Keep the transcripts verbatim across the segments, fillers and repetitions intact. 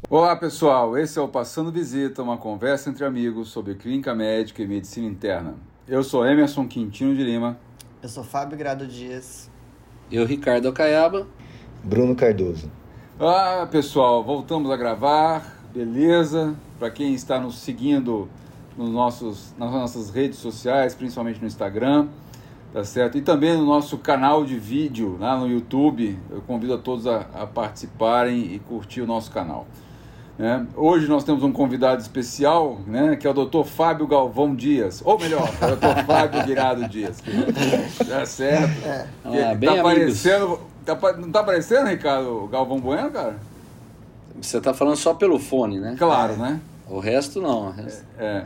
Olá pessoal, esse é o Passando Visita, uma conversa entre amigos sobre clínica médica e medicina interna. Eu sou Emerson Quintino de Lima. Eu sou Fábio Grado Dias. Eu, Ricardo Acaiaba. Bruno Cardoso. Ah, pessoal, voltamos a gravar, beleza? Para quem está nos seguindo nos nossos, nas nossas redes sociais, principalmente no Instagram, tá certo? E também no nosso canal de vídeo lá no YouTube, eu convido a todos a, a participarem e curtir o nosso canal. É, hoje nós temos um convidado especial, né, que é o doutor Fábio Galvão Dias, ou melhor, o doutor Fábio Virado Dias. Tá certo? É. Ah, bem tá aparecendo, tá, não tá aparecendo, Ricardo Galvão Bueno, cara? Você tá falando só pelo fone, né? Claro, é. né? O resto não. O resto... É.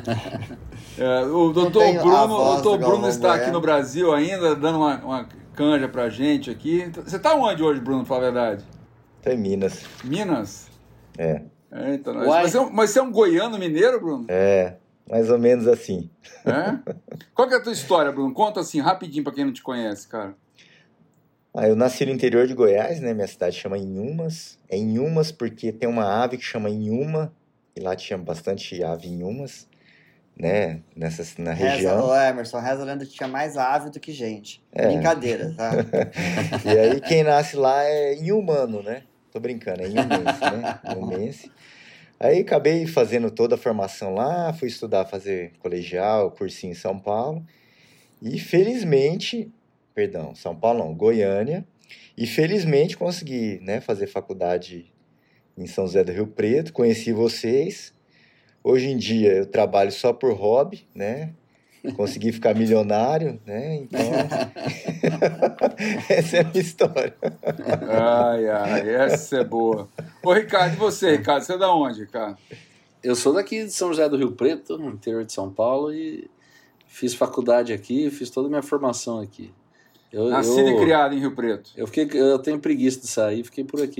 é. O doutor Bruno, o doutor Bruno está aqui no Brasil ainda, dando uma, uma canja pra gente aqui. Você tá onde hoje, Bruno, pra falar a verdade? Tô em Minas. Minas? É. É, então, mas, você é um, mas você é um goiano mineiro, Bruno? É, mais ou menos assim. É? Qual que é a tua história, Bruno? Conta assim, rapidinho pra quem não te conhece, cara. Ah, eu nasci no interior de Goiás, né? Minha cidade chama Inhumas. É Inhumas porque tem uma ave que chama Inhuma, e lá tinha bastante ave Inhumas, né? Nessa, na reza, região. Ô Emerson, reza a lenda que tinha mais ave do que gente. É. Brincadeira, tá? E aí quem nasce lá é inhumano, né? Tô brincando, é inhumense, né? Inhumense. Aí acabei fazendo toda a formação lá, fui estudar, fazer colegial, cursinho em São Paulo. E felizmente, perdão, São Paulo não, Goiânia. E felizmente consegui, né, fazer faculdade em São José do Rio Preto, conheci vocês. Hoje em dia eu trabalho só por hobby, né? Consegui ficar milionário, né? Então, essa é a minha história. Ai, ai, essa é boa. Ô, Ricardo, e você, Ricardo? Você é da onde, Ricardo? Eu sou daqui de São José do Rio Preto, no interior de São Paulo, e fiz faculdade aqui, fiz toda a minha formação aqui. Eu, Nascido eu, e criado em Rio Preto. Eu, fiquei, eu tenho preguiça de sair, fiquei por aqui.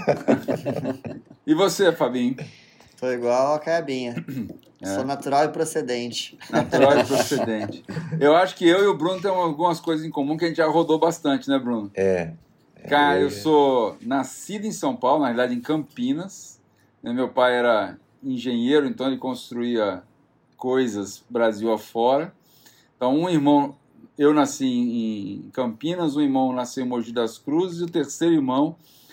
E você, Fabinho? Tô igual a Caiabinha. É. Sou natural e procedente. Natural e procedente. Eu acho que eu e o Bruno temos algumas coisas em comum que a gente já rodou bastante, né, Bruno? É. é Cara, eu sou nascido em São Paulo, na verdade em Campinas. Meu pai era engenheiro, então ele construía coisas Brasil afora. Então um irmão, eu nasci em Campinas, um irmão nasceu em Mogi das Cruzes e o terceiro irmão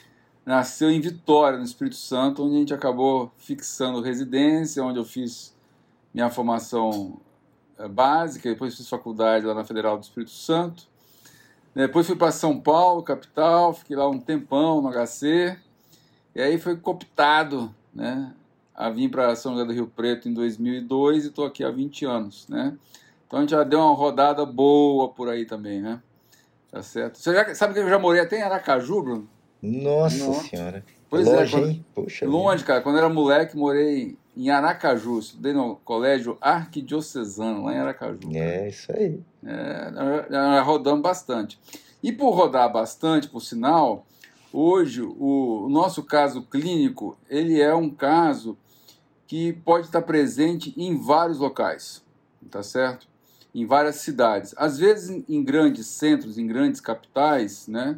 nasceu em Vitória, no Espírito Santo, onde a gente acabou fixando residência, onde eu fiz minha formação básica, depois fiz faculdade lá na Federal do Espírito Santo. Depois fui para São Paulo, capital, fiquei lá um tempão no H C, e aí fui cooptado, né, a vir para São José do Rio Preto em dois mil e dois e estou aqui há vinte anos, né? Então a gente já deu uma rodada boa por aí também, né? Tá certo? Você já, sabe que eu já morei até em Aracaju, Bruno? Nossa, Nossa senhora. Pois longe, é, quando, hein? Puxa longe, vida. cara. Quando eu era moleque, morei em Aracaju. Estudei no colégio arquidiocesano, lá em Aracaju. Cara. É, isso aí. É, nós, nós rodamos bastante. E por rodar bastante, por sinal, hoje o, o nosso caso clínico, ele é um caso que pode estar presente em vários locais, tá certo? Em várias cidades. Às vezes em, em grandes centros, em grandes capitais, né?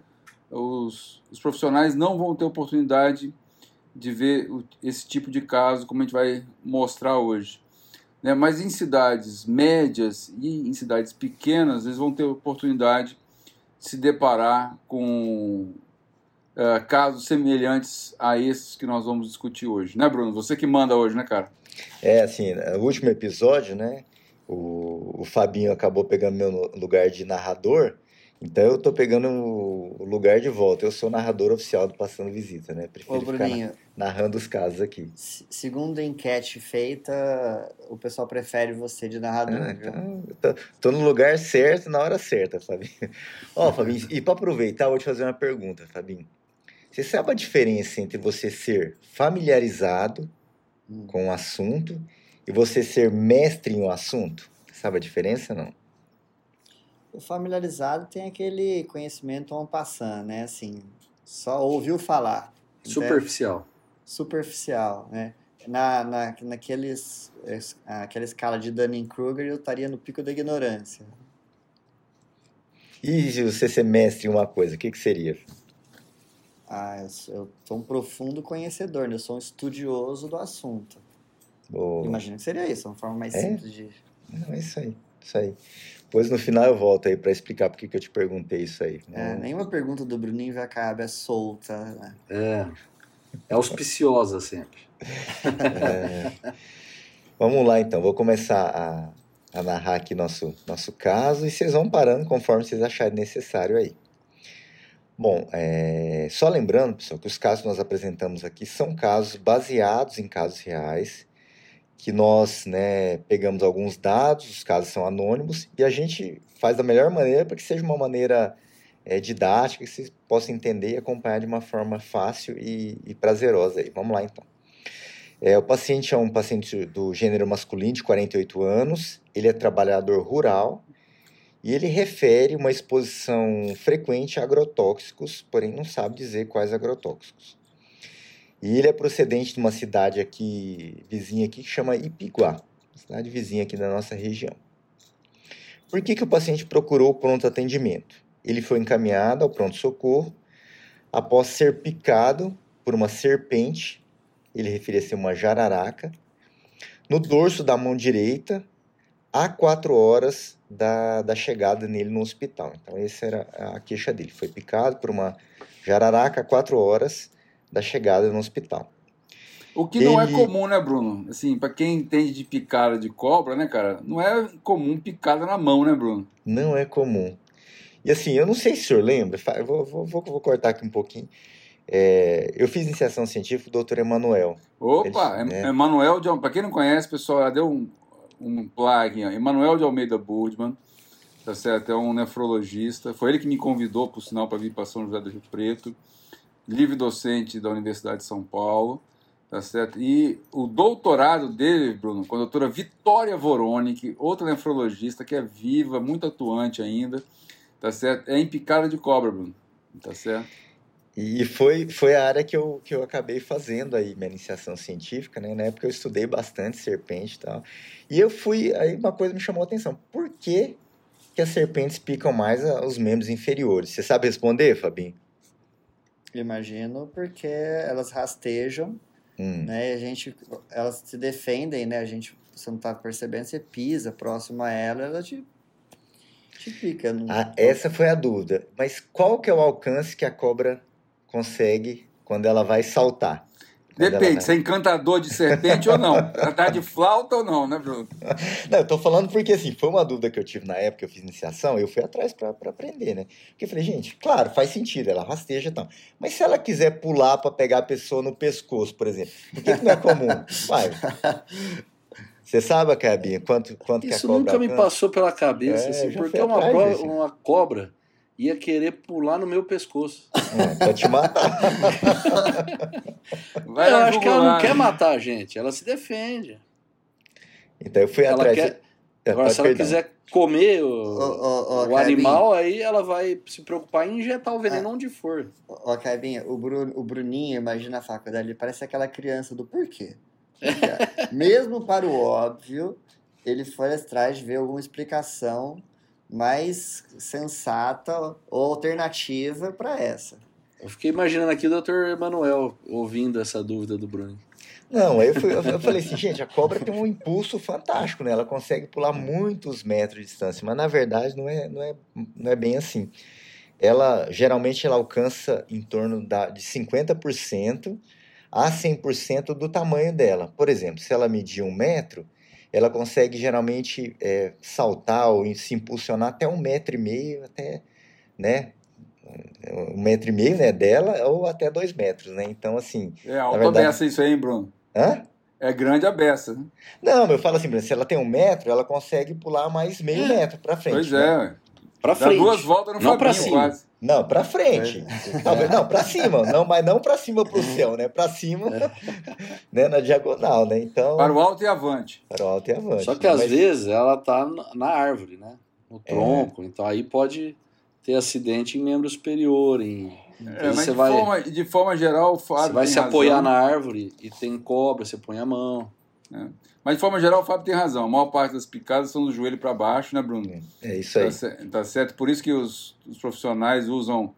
Os, os profissionais não vão ter oportunidade de ver o, esse tipo de caso, como a gente vai mostrar hoje. Né? Mas em cidades médias e em cidades pequenas, eles vão ter oportunidade de se deparar com uh, casos semelhantes a esses que nós vamos discutir hoje. Né, Bruno? Você que manda hoje, né, cara? É, assim, no último episódio, né, o, o Fabinho acabou pegando meu lugar de narrador. Então eu tô pegando o lugar de volta. Eu sou narrador oficial do Passando Visita, né? Prefiro Ô, Bruninho, ficar narrando os casos aqui. Segundo a enquete feita, o pessoal prefere você de narrador, ah, viu? Então, tô, tô no lugar certo, na hora certa, Fabinho. Ó, Fabinho, e para aproveitar, eu vou te fazer uma pergunta, Fabinho. Você sabe a diferença entre você ser familiarizado hum. com o assunto e você ser mestre em um assunto? Você sabe a diferença, não? O familiarizado tem aquele conhecimento en passant, né? Assim, só ouviu falar. Superficial. Né? Superficial, né? Na, na, naqueles, aquela escala de Dunning-Kruger, eu estaria no pico da ignorância. E se você ser mestre em uma coisa, o que, que seria? Ah, eu sou, eu sou um profundo conhecedor, né? Eu sou um estudioso do assunto. Ou... Imagino que seria isso, uma forma mais É? simples de... Não, é isso aí, isso aí. Pois no final eu volto aí para explicar por que que eu te perguntei isso aí. É, Não- nenhuma pergunta do Bruninho vai acabar solta, né? É, é auspiciosa sempre. Vamos lá então, vou começar a, a narrar aqui nosso, nosso caso e vocês vão parando conforme vocês acharem necessário aí. Bom, é, só lembrando, pessoal, que os casos que nós apresentamos aqui são casos baseados em casos reais, que nós, né, pegamos alguns dados, os casos são anônimos, e a gente faz da melhor maneira para que seja uma maneira é, didática, que vocês possam entender e acompanhar de uma forma fácil e, e prazerosa aí. Vamos lá então. É, o paciente é um paciente do gênero masculino de quarenta e oito anos, ele é trabalhador rural e ele refere uma exposição frequente a agrotóxicos, porém não sabe dizer quais agrotóxicos. E ele é procedente de uma cidade aqui, vizinha aqui, que chama Ipiguá, cidade vizinha aqui da nossa região. Por que que o paciente procurou o pronto atendimento? Ele foi encaminhado ao pronto-socorro após ser picado por uma serpente, ele referia ser uma jararaca, no dorso da mão direita, a quatro horas da, da chegada nele no hospital. Então, essa era a queixa dele. Foi picado por uma jararaca a quatro horas da chegada no hospital. O que não Ele- é comum, né, Bruno? Assim, pra quem entende de picada de cobra, né, cara? Não é comum picada na mão, né, Bruno? Não é comum. E assim, eu não sei se o senhor lembra, fa- eu vou, vou, vou, vou cortar aqui um pouquinho. É, eu fiz iniciação científica com o doutor Emanuel. Opa, Eles- é. é. Emanuel de Al- pra quem não conhece, pessoal, ela deu um, um plug, ó. Emanuel de Almeida Burdman, tá certo? É um nefrologista. Foi ele que me convidou, por sinal, para vir para São José do Rio Preto. Livre docente da Universidade de São Paulo, tá certo? E o doutorado dele, Bruno, com a doutora Vitória Voronic, outra nefrologista que é viva, muito atuante ainda, tá certo? É em picada de cobra, Bruno, tá certo? E foi, foi a área que eu, que eu acabei fazendo aí, minha iniciação científica, né? Na época eu estudei bastante serpente e tal. E eu fui, aí uma coisa me chamou a atenção. Por que que as serpentes picam mais a- os membros inferiores? Você sabe responder, Fabinho? Imagino, porque elas rastejam, Hum. né? E a gente, elas se defendem, né? A gente, você não tá percebendo, você pisa próximo a ela, ela te, te pica. Não... Ah, essa foi a dúvida. Mas qual que é o alcance que a cobra consegue quando ela vai saltar? Quando ela Depende, vai- se é encantador de serpente ou não. Ela tá de flauta ou não, né, Bruno? Não, eu tô falando porque, assim, foi uma dúvida que eu tive na época que eu fiz iniciação, eu fui atrás pra pra aprender, né? Porque eu falei, gente, claro, faz sentido, ela rasteja e tal. Mas se ela quiser pular pra pegar a pessoa no pescoço, por exemplo, por que que não é comum? Vai. Você sabe, Cabinha, quanto, quanto que a Isso cobra nunca me alcança? passou pela cabeça, É, assim, eu já porque fui uma, atrás pro- disso. uma cobra ia querer pular no meu pescoço. É, pra te matar. Vai eu na acho que ela não jugular, quer né? matar a gente, ela se defende. Então eu fui Ela atrás. quer- É, Agora, pode- se ela perdão. quiser comer o, Ô, ô, ô, o Cabinho. animal, aí ela vai se preocupar em injetar o veneno onde for. Ó, Caibinha, o, Bru, o Bruninho, imagina a faculdade, ele parece aquela criança do porquê. Porque, mesmo para o óbvio, ele foi atrás de ver alguma explicação mais sensata ou alternativa para essa. Eu fiquei imaginando aqui o doutor Emanuel ouvindo essa dúvida do Bruno. Não, aí eu, fui- eu falei assim, gente, a cobra tem um impulso fantástico, né? Ela consegue pular muitos metros de distância, mas na verdade não é, não é, não é bem assim. Ela, geralmente, ela alcança em torno da, de cinquenta por cento a cem por cento do tamanho dela. Por exemplo, se ela medir um metro, ela consegue geralmente é, saltar ou se impulsionar até um metro e meio, até, né? Um metro e meio, né, dela, ou até dois metros, né? Então, assim... É alta verdade- beça isso aí, hein, Bruno? Hã? É grande a beça, né? Não, eu falo assim, por exemplo, se ela tem um metro, ela consegue pular mais meio metro pra frente. Pois né? é, ué. Pra Dá frente. duas voltas no não pra Fabinho, cima. quase. Não, pra frente. Talvez, não, pra cima. Não, mas não pra cima pro céu, né? Pra cima, né? Na diagonal, né? Então, Para o alto e avante. para o alto e avante. Só que né? às Mas- vezes ela tá na- na árvore, né? No tronco. Então aí pode ter acidente em membro superior. Em... É, mas você de, vai, forma, de forma geral, o Fábio você vai tem se apoiar razão. na árvore e tem cobra, você põe a mão. Mas de forma geral, o Fábio tem razão. A maior parte das picadas são do joelho para baixo, né, Bruno? É isso aí. Tá, cer- tá certo? Por isso que os, os profissionais usam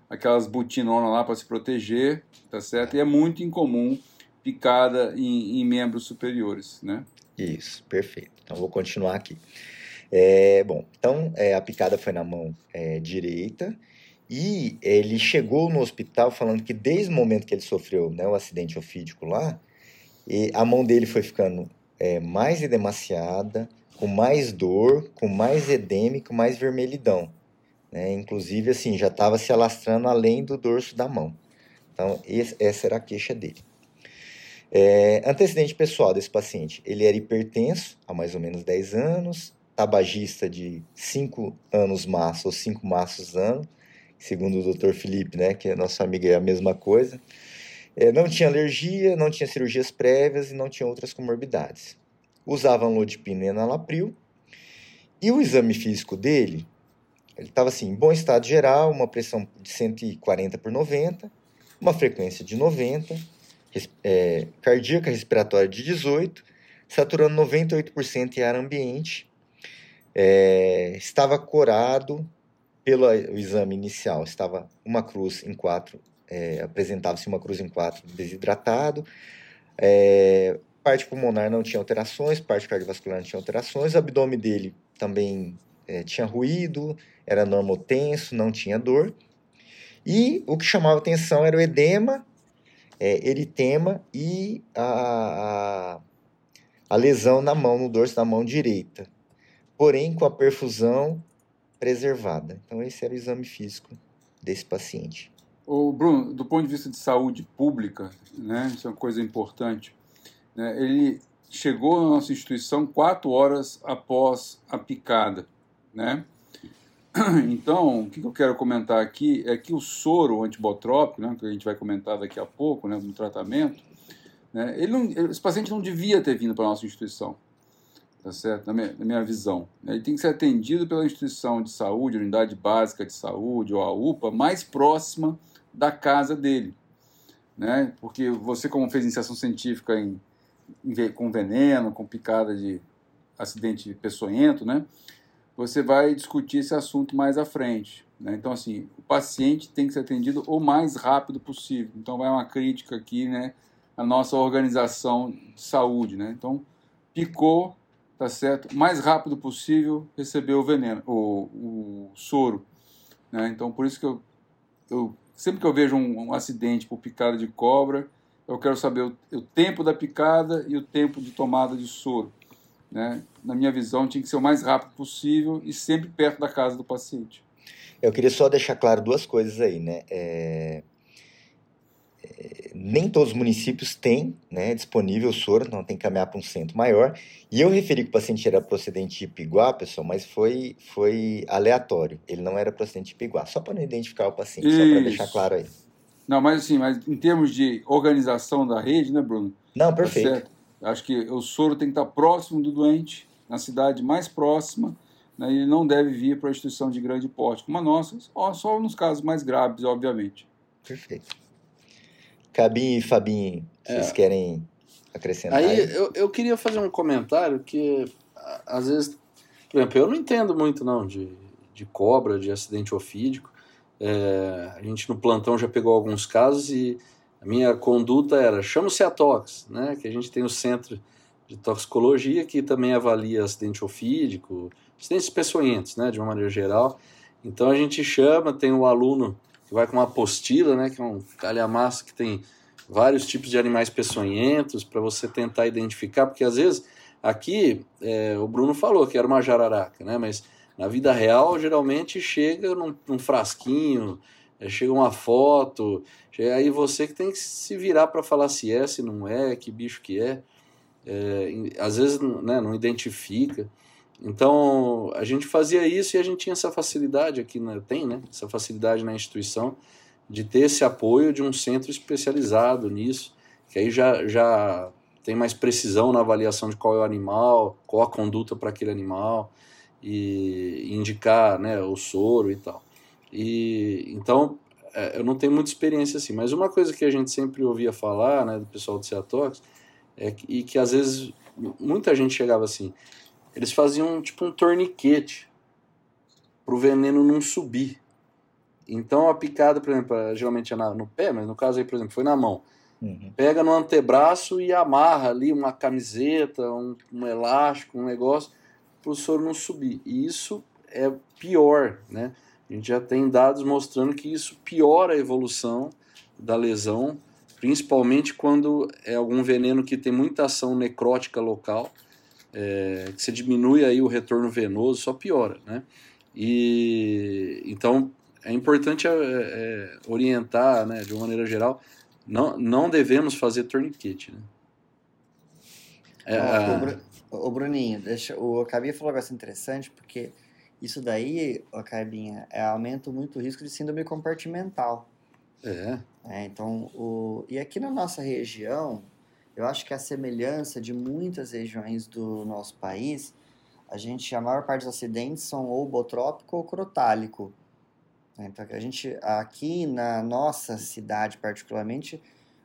aquelas botinonas lá para se proteger, tá certo? E é muito incomum picada em, em membros superiores, né? Isso, perfeito. Então, vou continuar aqui. É, bom, então, é, a picada foi na mão é, direita e ele chegou no hospital falando que desde o momento que ele sofreu, né, o acidente ofídico lá, e a mão dele foi ficando é, mais edemaciada, com mais dor, com mais edema e com mais vermelhidão. Né? Inclusive, assim, já estava se alastrando além do dorso da mão. Então, esse, essa era a queixa dele. É, antecedente pessoal desse paciente, ele era hipertenso há mais ou menos dez anos, tabagista de cinco anos maço ou cinco maços ano, segundo o doutor Felipe, né, que é nosso amigo, é a mesma coisa. É, não tinha alergia, não tinha cirurgias prévias e não tinha outras comorbidades. Usava amlodipina e enalapril. E o exame físico dele, ele estava assim, em bom estado geral, uma pressão de cento e quarenta por noventa, uma frequência de noventa, é, cardíaca respiratória de dezoito, saturando noventa e oito por cento em ar ambiente. É, estava corado pelo o exame inicial, estava uma cruz em quatro, é, apresentava-se uma cruz em quatro desidratado, é, parte pulmonar não tinha alterações, parte cardiovascular não tinha alterações, o abdômen dele também é, tinha ruído, era normotenso, não tinha dor, e o que chamava atenção era o edema, é, eritema e a, a, a lesão na mão, no dorso da mão direita, porém com a perfusão preservada. Então, esse era o exame físico desse paciente. Ô, Bruno, do ponto de vista de saúde pública, né, isso é uma coisa importante, né, ele chegou na nossa instituição quatro horas após a picada, né? Então, o que eu quero comentar aqui é que o soro antibotrópico, né, que a gente vai comentar daqui a pouco, né, no tratamento, né, ele não, esse paciente não devia ter vindo para a nossa instituição, tá certo? Na minha, na minha visão. Ele tem que ser atendido pela instituição de saúde, unidade básica de saúde ou a U P A, mais próxima da casa dele, né? Porque você, como fez iniciação científica em, em, com veneno, com picada de acidente peçonhento, né? Você vai discutir esse assunto mais à frente, né? Então, assim, o paciente tem que ser atendido o mais rápido possível. Então, vai uma crítica aqui, né? A nossa organização de saúde, né? Então, picou, tá certo? O mais rápido possível receber o veneno, o, o soro, né? Então, por isso que eu, eu sempre que eu vejo um, um acidente por picada de cobra, eu quero saber o, o tempo da picada e o tempo de tomada de soro, né? Na minha visão, tinha que ser o mais rápido possível e sempre perto da casa do paciente. Eu queria só deixar claro duas coisas aí, né? É... É... Nem todos os municípios têm, né, disponível o soro, então tem que caminhar para um centro maior. E eu referi que o paciente era procedente de Ipiguá, pessoal, mas foi, foi aleatório. Ele não era procedente de Ipiguá, só para não identificar o paciente, Isso. só para deixar claro aí. Não, mas assim, mas em termos de organização da rede, né, Bruno? Não, perfeito. Tá certo? Acho que o soro tem que estar próximo do doente, na cidade mais próxima, né, ele não deve vir para a instituição de grande porte, como a nossa, só, só nos casos mais graves, obviamente. Perfeito. Cabinho e Fabinho, vocês é. querem acrescentar? Aí, aí? Eu, eu queria fazer um comentário que, às vezes, por exemplo, eu não entendo muito não de, de cobra, de acidente ofídico. É, a gente no plantão já pegou alguns casos e a minha conduta era, chama o CEATOX, né, que a gente tem o Centro de Toxicologia, que também avalia acidente ofídico, acidentes peçonhentos, né, de uma maneira geral. Então a gente chama, tem o aluno que vai com uma apostila, né, que é um calhamaço que tem vários tipos de animais peçonhentos para você tentar identificar, porque às vezes aqui é, o Bruno falou que era uma jararaca, né, mas na vida real geralmente chega num, num frasquinho, é, chega uma foto, chega, aí você que tem que se virar para falar se é, se não é, que bicho que é, é às vezes, né, não identifica. Então, a gente fazia isso e a gente tinha essa facilidade aqui, né? Tem, né? Essa facilidade na instituição de ter esse apoio de um centro especializado nisso, que aí já, já tem mais precisão na avaliação de qual é o animal, qual a conduta para aquele animal, e indicar, né, o soro e tal. E, então, é, eu não tenho muita experiência assim, mas uma coisa que a gente sempre ouvia falar, né, do pessoal do CEATOX, é que, e que às vezes muita gente chegava assim, eles faziam tipo um torniquete para o veneno não subir. Então a picada, por exemplo, geralmente é na, no pé, mas no caso aí, por exemplo, foi na mão. Uhum. Pega no antebraço e amarra ali uma camiseta, um, um elástico, um negócio, para o soro não subir. E isso é pior, né? A gente já tem dados mostrando que isso piora a evolução da lesão, principalmente quando é algum veneno que tem muita ação necrótica local, é, que você diminui aí o retorno venoso, só piora, né? E então é importante é, é, orientar, né, de uma maneira geral, não, não devemos fazer torniquete, né? É, Ó, a- o, Bru- o Bruninho, deixa, o Cabinha falou um negócio interessante, porque isso daí, ó, Cabinha, é aumenta muito o risco de síndrome compartimental. é, Né? Então, o, e aqui na nossa região, eu acho que a semelhança de muitas regiões do nosso país, a gente, a maior parte dos acidentes são ou botrópico ou crotálico. Né? Então, a gente, aqui na nossa cidade particularmente,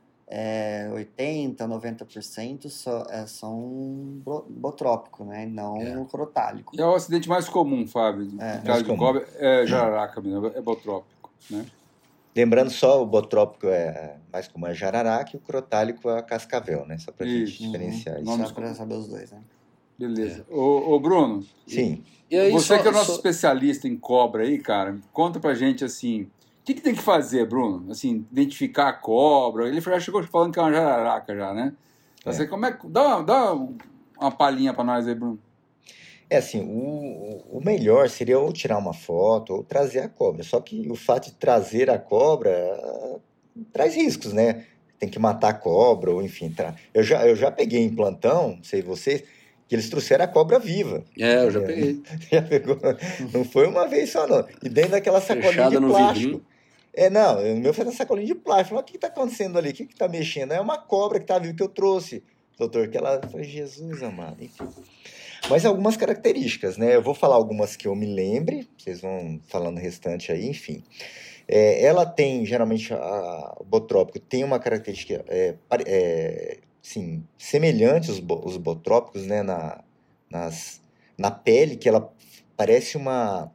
é, oitenta, noventa por cento só, é, são bro- botrópico, né? Não É. crotálico. E é o acidente mais comum, Fábio, de É. caso Mais de comum. cobra, é jararaca mesmo, é botrópico, né? Lembrando só, o botrópico é mais comum é jararaca e o crotálico é a cascavel, né? Só pra gente Isso. diferenciar isso. Nomes Só para saber os dois, né? Beleza. Ô, ô, Bruno, Sim. e aí você só- que é o nosso só- especialista em cobra aí, cara, conta pra gente, assim, o que, que tem que fazer, Bruno? Assim, identificar a cobra. Ele já chegou falando que é uma jararaca já, né? Então, É. Você, como é que... Dá, uma- dá uma palhinha pra nós aí, Bruno. É assim, o, o melhor seria ou tirar uma foto ou trazer a cobra. Só que o fato de trazer a cobra ah, traz riscos, né? Tem que matar a cobra, ou enfim. Tra... Eu, já, eu já peguei em plantão, não sei vocês, que eles trouxeram a cobra viva. É, eu já Entendeu? peguei. Já pegou? Não foi uma vez só, não. E dentro daquela sacolinha Fechada de no plástico. vidrinho. É, não, o meu foi na sacolinha de plástico. Falei, o que está acontecendo ali? O que está mexendo? É uma cobra que está viva que eu trouxe, doutor. Que ela foi, Jesus amado, enfim. Mas algumas características, né? Eu vou falar algumas que eu me lembre, vocês vão falando o restante aí, enfim. É, ela tem, geralmente, a, o botrópico tem uma característica, é, pare- é, sim, semelhante aos, bo- os botrópicos, né? Na, nas, na pele, que ela parece uma,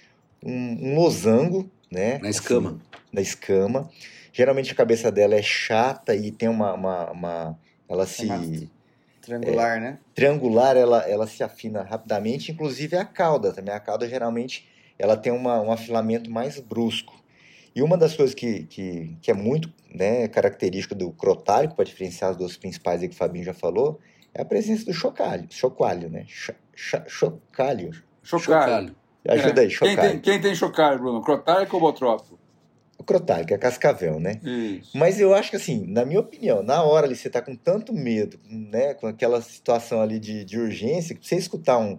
um, um losango, né? Na escama. Assim, na escama. Geralmente a cabeça dela é chata e tem uma... uma, uma- ela se... Formato triangular, né? triangular, ela, ela se afina rapidamente, inclusive a cauda também. A cauda, geralmente, ela tem uma, um afilamento mais brusco. E uma das coisas que, que, que é muito, né, característica do crotálico, para diferenciar as duas principais aí que o Fabinho já falou, é a presença do chocalho, chocalho, né? Cho- cho- chocalho. Chocalho. Ajuda É. aí, Quem chocalho. tem, quem tem chocalho, Bruno? Crotálico ou botrópico? O crotálico, é cascavel, né? Isso. Mas eu acho que, assim, na minha opinião, na hora ali você tá com tanto medo, né? Com aquela situação ali de, de urgência, que você escutar um,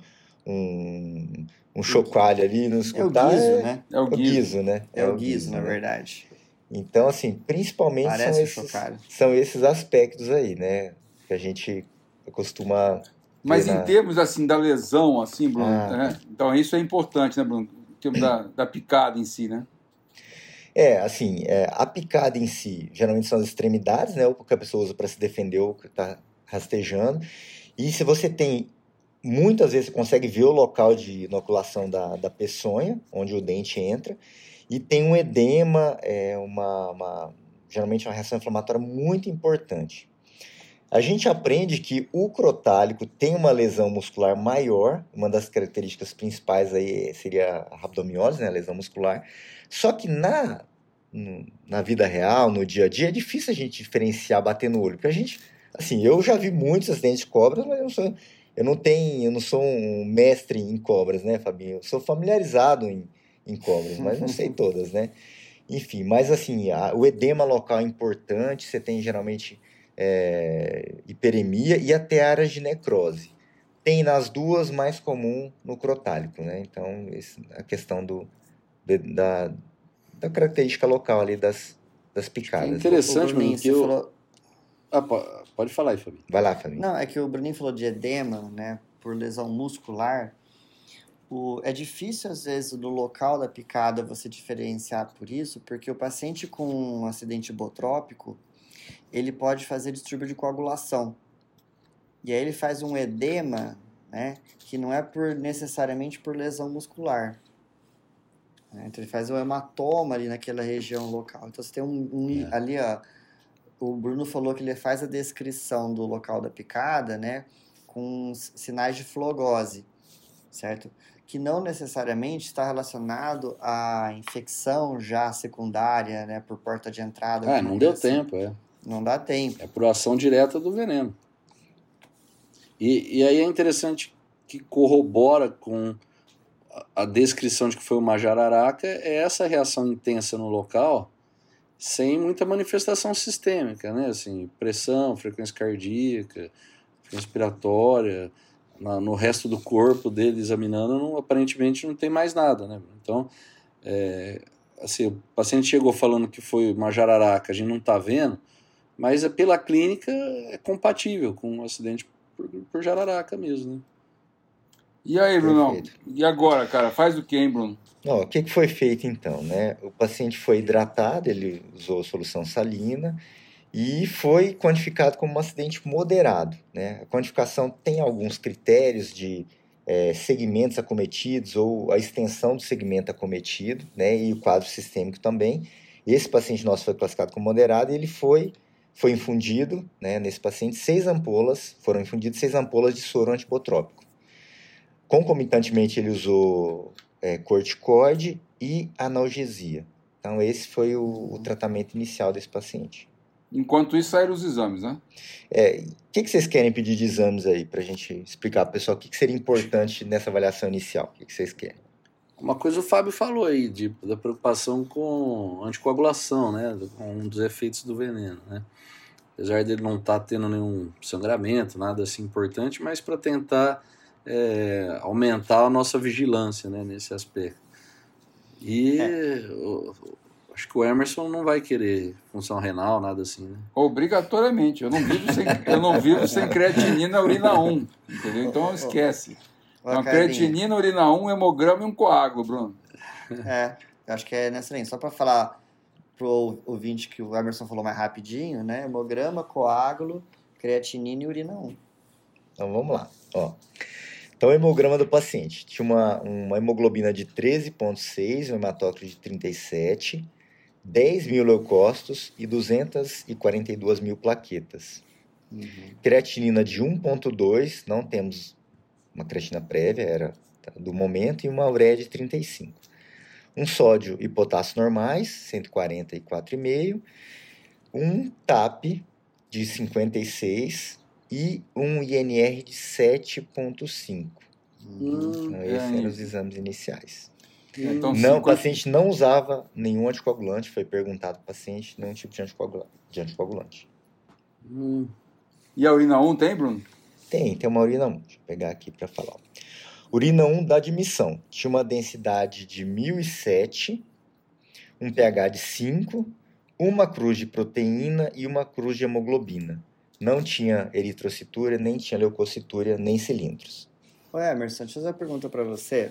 um, um chocalho ali, não É o escutar... guizo, é, né? É o é o guiso. guizo, né? É, o guizo, na né? verdade. Então, assim, principalmente são Parece o esses, chocalho. são esses aspectos aí, né? Que a gente costuma Mas ver em na... termos, assim, da lesão, assim, Bruno, Ah, né? Então isso é importante, né, Bruno? Em termos da, da picada em si, né? É, assim, é, a picada em si, geralmente são as extremidades, né? Ou que a pessoa usa para se defender ou que está rastejando. E se você tem, muitas vezes você consegue ver o local de inoculação da, da peçonha, onde o dente entra, e tem um edema, é, uma, uma, geralmente uma reação inflamatória muito importante. A gente aprende que o crotálico tem uma lesão muscular maior, uma das características principais aí seria a rabdomiólise, né, a lesão muscular. Só que na, no- na vida real, no dia a dia, é difícil a gente diferenciar, bater no olho. Porque a gente, assim, eu já vi muitos acidentes de cobras, mas eu não sou, eu não tenho, eu não sou um mestre em cobras, né, Fabinho? Eu sou familiarizado em, em cobras, mas não sei todas, né? Enfim, mas assim, a- o edema local é importante, você tem geralmente é, hiperemia e até áreas de necrose. Tem nas duas, mais comum no crotálico, né? Então, esse- a questão do, de- da, da característica local ali das, das É picadas. interessante, O Bruninho, mano, que você eu... falou... Ah, po- pode falar aí, Fabinho. Vai lá, Fabinho. Não, é que o Bruninho falou de edema, né? Por lesão muscular. O... É difícil, às vezes, no local da picada você diferenciar por isso, porque o paciente com um acidente botrópico, ele pode fazer distúrbio de coagulação. E aí ele faz um edema, né? Que não é por necessariamente por lesão muscular. Né? Então ele faz um hematoma ali naquela região local. Então você tem um, um É. ali, ó, o Bruno falou que ele faz a descrição do local da picada, né, com sinais de flogose, certo? Que não necessariamente está relacionado à infecção já secundária, né, por porta de entrada. Ah, não deu assim. tempo, é. Não dá tempo. É por ação direta do veneno. E, e aí é interessante que corrobora com a, a descrição de que foi uma jararaca, é essa reação intensa no local, sem muita manifestação sistêmica, né? Assim, pressão, frequência cardíaca, frequência respiratória, na, no resto do corpo dele examinando, não, aparentemente não tem mais nada, né? Então, é, assim, o paciente chegou falando que foi uma jararaca, a gente não está vendo, mas é, pela clínica é compatível com um acidente por, por jararaca mesmo, né? E aí, Brunão? Perfeito. E agora, cara? Faz o que, hein, Bruno? Ó, o que, que foi feito então, né? O paciente foi hidratado, ele usou solução salina e foi quantificado como um acidente moderado, né? A quantificação tem alguns critérios de é, segmentos acometidos ou a extensão do segmento acometido, né? E o quadro sistêmico também. Esse paciente nosso foi classificado como moderado e ele foi, foi infundido, né? Nesse paciente, seis ampolas, foram infundidas seis ampolas de soro antibotrópico. Concomitantemente, ele usou é, corticoide e analgesia. Então, esse foi o, o tratamento inicial desse paciente. Enquanto isso, saíram os exames, né? É, o que, que vocês querem pedir de exames aí, para a gente explicar para o pessoal o que, que seria importante nessa avaliação inicial? O que, que vocês querem? Uma coisa o Fábio falou aí, de, da preocupação com anticoagulação, né? Com um dos efeitos do veneno, né? Apesar dele não estar tá tendo nenhum sangramento, nada assim importante, mas para tentar é, aumentar a nossa vigilância, né, nesse aspecto. E é. o, acho que o Emerson não vai querer função renal, nada assim, né? Obrigatoriamente. Eu não vivo sem, eu não vivo sem creatinina urina um, entendeu? Então esquece. Então, creatinina, urina um, hemograma e um coágulo, Bruno. É, eu acho que é nessa linha. Só para falar pro ouvinte que o Emerson falou mais rapidinho, né? Hemograma, coágulo, creatinina e urina um. Então vamos lá. Ó. Então o hemograma do paciente tinha uma, uma hemoglobina de treze vírgula seis, um hematócrito de trinta e sete, dez mil leucócitos e duzentas e quarenta e duas mil plaquetas. Uhum. Creatinina de um vírgula dois, não temos uma creatina prévia, era do momento, e uma ureia de trinta e cinco. Um sódio e potássio normais, cento e quarenta e quatro vírgula cinco. Um T A P de cinquenta e seis e um I N R de sete vírgula cinco. Hum, então, esses é eram os exames iniciais. Então, não, cinquenta... O paciente não usava nenhum anticoagulante, foi perguntado ao paciente nenhum tipo de anticoagulante. De anticoagulante. Hum. E a urina um tem, Bruno? Tem, tem uma urina um. Deixa eu pegar aqui para falar. Urina um da admissão. Tinha uma densidade de mil e sete, um pH de cinco, uma cruz de proteína e uma cruz de hemoglobina. Não tinha eritrocitúria, nem tinha leucocitúria, nem cilindros. Ô Emerson, deixa eu fazer uma pergunta para você.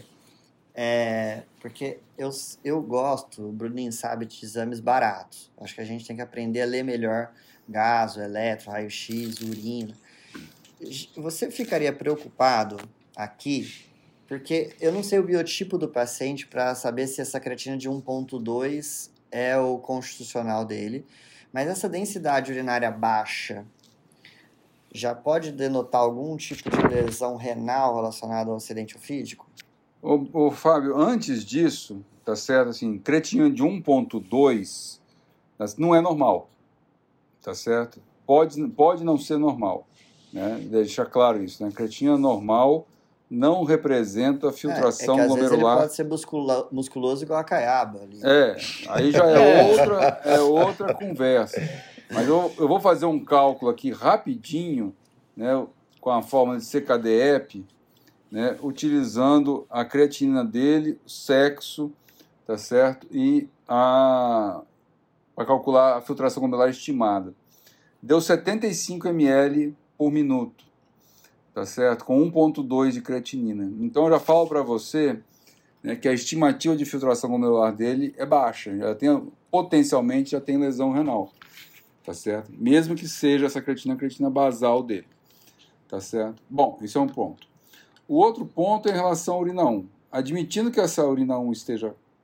É, porque eu, eu gosto, o Bruninho sabe, de exames baratos. Acho que a gente tem que aprender a ler melhor gaso, eletro, raio-x, urina. Você ficaria preocupado aqui, porque eu não sei o biotipo do paciente para saber se essa creatina de um vírgula dois é o constitucional dele, mas essa densidade urinária baixa já pode denotar algum tipo de lesão renal relacionada ao acidente ofídico? Ô, ô Fábio, antes disso, tá certo, assim, creatinina de um vírgula dois não é normal, tá certo? Pode, pode não ser normal, né? Deixar claro isso, né? Creatinina normal não representa filtração é, é que, às glomerular. Vezes ele pode ser muscula, musculoso igual a caiaba. Ali. É, aí já é outra, é outra conversa. Mas eu, eu vou fazer um cálculo aqui rapidinho, né, com a fórmula de C K D E P, né, utilizando a creatinina dele, o sexo, tá certo? E a para calcular a filtração glomerular estimada. Deu setenta e cinco mililitros por minuto, tá certo? Com um vírgula dois de creatinina. Então eu já falo para você, né, que a estimativa de filtração glomerular dele é baixa, já tem, potencialmente já tem lesão renal, tá certo? Mesmo que seja essa creatina a creatina basal dele, tá certo? Bom, isso é um ponto. O outro ponto é em relação à urina um. Admitindo que essa urina um esteja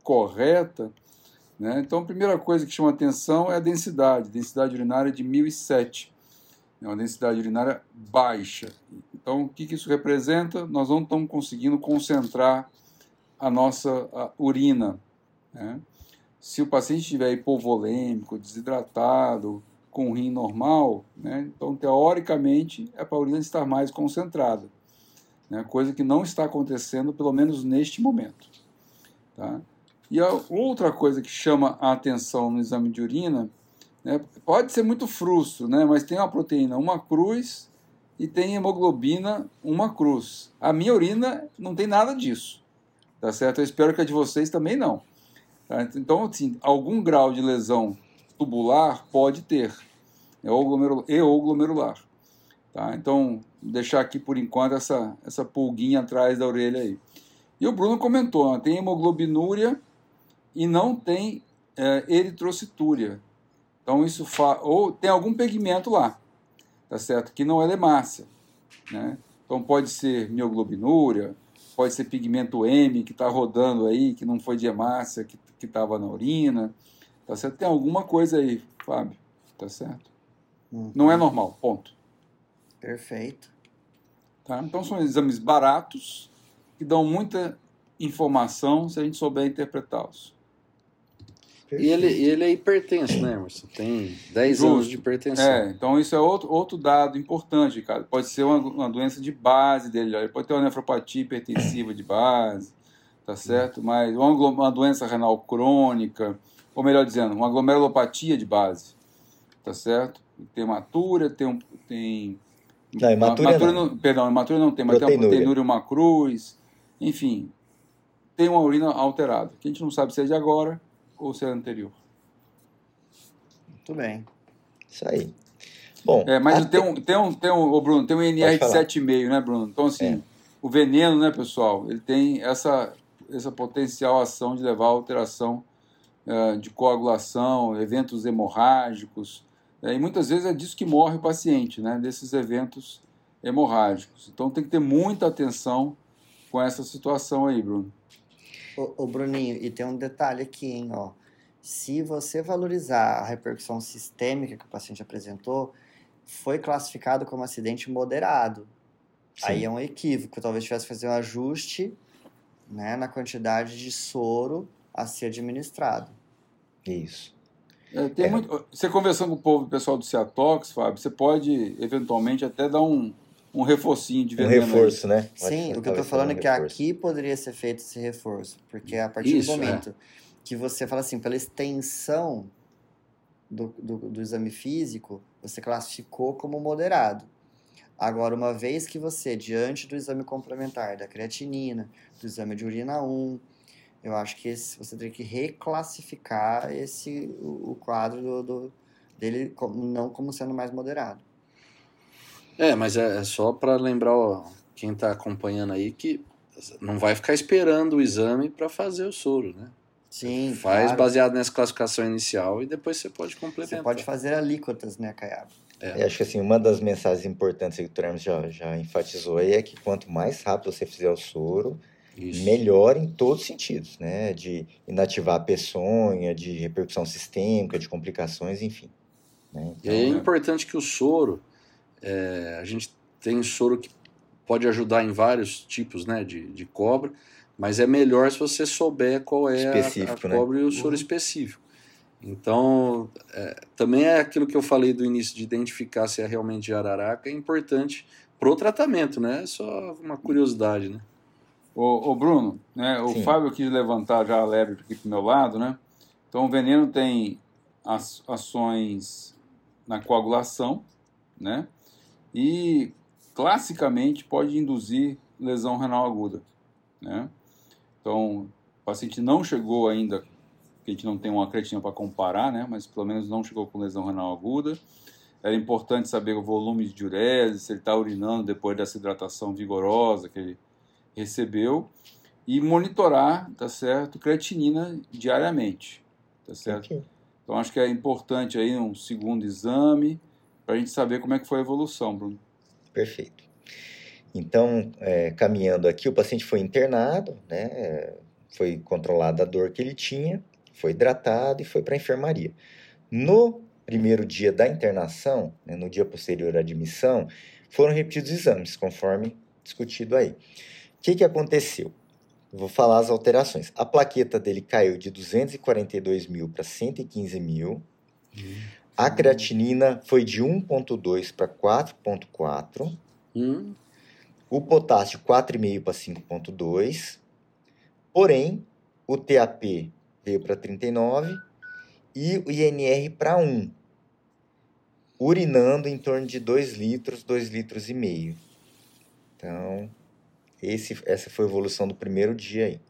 correta, né? Então, a primeira coisa que chama atenção é a densidade. A densidade urinária é de mil e sete. É uma densidade urinária baixa. Então, o que, que isso representa? Nós não estamos conseguindo concentrar a nossa a urina, né? Se o paciente estiver hipovolêmico, desidratado, com rim normal, né? Então, teoricamente, é para a urina estar mais concentrada, né? Coisa que não está acontecendo, pelo menos neste momento. Tá? E a outra coisa que chama a atenção no exame de urina, né? Pode ser muito frustro, né? Mas tem uma proteína, uma cruz, e tem hemoglobina, uma cruz. A minha urina não tem nada disso, tá certo? Eu espero que a de vocês também não. Tá? Então, assim, algum grau de lesão tubular pode ter, é ou glomerular, e ou glomerular. Tá? Então, deixar aqui por enquanto essa, essa pulguinha atrás da orelha aí. E o Bruno comentou, ó, tem hemoglobinúria e não tem é, eritrocitúria. Então, isso fa... ou tem algum pigmento lá, tá certo? Que não é hemácia, né? Então, pode ser mioglobinúria, pode ser pigmento M que está rodando aí, que não foi de hemácia, que estava na urina, tá certo? Tem alguma coisa aí, Fábio, tá certo? Uhum. Não é normal, ponto. Perfeito. Tá? Então, são exames baratos que dão muita informação se a gente souber interpretá-los. E ele, ele é hipertenso, né, Emerson? Tem dez Justo. anos de hipertensão. É, então isso é outro, outro dado importante, cara. Pode ser uma, uma doença de base dele, ele pode ter uma nefropatia hipertensiva de base, tá certo? Mas uma, uma doença renal crônica, ou melhor dizendo, uma glomerulopatia de base, tá certo? Tem hematúria, tem... Um, tem não, hematúria hematúria não. não. Perdão, hematúria não tem, mas tem uma proteinúria, uma cruz, enfim, tem uma urina alterada, que a gente não sabe se é de agora ou se é anterior. Muito bem. Isso aí. Bom, é, mas até... tem um, tem um, tem um, oh, Bruno, tem um N R de sete vírgula cinco, né, Bruno? Então, assim, é. O veneno, né, pessoal, ele tem essa, essa potencial ação de levar a alteração uh, de coagulação, eventos hemorrágicos, é, e muitas vezes é disso que morre o paciente, né, desses eventos hemorrágicos. Então, tem que ter muita atenção com essa situação aí, Bruno. Ô, ô Bruninho, e tem um detalhe aqui, hein, ó. Se você valorizar a repercussão sistêmica que o paciente apresentou, foi classificado como acidente moderado. Sim. Aí é um equívoco. Talvez tivesse que fazer um ajuste, né, na quantidade de soro a ser administrado. Isso. É, tem é. muito, você conversando com o povo, o pessoal do Ciatox, Fábio, você pode, eventualmente, até dar um, um reforcinho de veneno. Um reforço, aí. né? Sim, o que eu tô falando um é que reforço. Aqui poderia ser feito esse reforço. Porque a partir Isso, do momento... É. que você fala assim, pela extensão do, do, do exame físico, você classificou como moderado. Agora, uma vez que você, diante do exame complementar, da creatinina, do exame de urina um, eu acho que esse, você teria que reclassificar esse, o, o quadro do, do, dele como, não como sendo mais moderado. É, mas é, é só para lembrar ó, quem está acompanhando aí que não vai ficar esperando o exame para fazer o soro, né? Sim, Faz claro. baseado nessa classificação inicial e depois você pode complementar. Você pode fazer alíquotas, né, Caiado? É. Eu acho que assim, uma das mensagens importantes que o doutor Hermes já, já enfatizou aí é que quanto mais rápido você fizer o soro, Isso. melhor em todos os sentidos, né? De inativar a peçonha, de repercussão sistêmica, de complicações, enfim. Né? Então, e aí é importante que o soro, é, a gente tem soro que pode ajudar em vários tipos, né, de, de cobra, mas é melhor se você souber qual é a, a cobra, né? E o soro uhum. específico. Então, é, também é aquilo que eu falei do início, de identificar se é realmente de jararaca, é importante pro tratamento, né? É só uma curiosidade, né? Ô, ô Bruno, né, o Sim. Fábio quis levantar já a lebre aqui pro meu lado, né? Então, o veneno tem as, ações na coagulação, né? E, classicamente, pode induzir lesão renal aguda, né? Então, o paciente não chegou ainda, que a gente não tem uma creatinina para comparar, né? Mas pelo menos não chegou com lesão renal aguda. Era importante saber o volume de diurese, se ele está urinando depois dessa hidratação vigorosa que ele recebeu. E monitorar, tá certo, creatinina diariamente, tá certo? Okay. Então, acho que é importante aí um segundo exame para a gente saber como é que foi a evolução, Bruno. Perfeito. Então, é, caminhando aqui, o paciente foi internado, né, foi controlada a dor que ele tinha, foi hidratado e foi para a enfermaria. No primeiro dia da internação, né, no dia posterior à admissão, foram repetidos os exames, conforme discutido aí. O que, que aconteceu? Vou falar as alterações. A plaqueta dele caiu de duzentos e quarenta e dois mil para cento e quinze mil. Hum. A creatinina foi de um vírgula dois para quatro vírgula quatro. Hum. O potássio quatro vírgula cinco para cinco vírgula dois. Porém, o T A P veio para trinta e nove e o I N R para um. Urinando em torno de dois litros, dois litros e meio. Então, esse, essa foi a evolução do primeiro dia aí.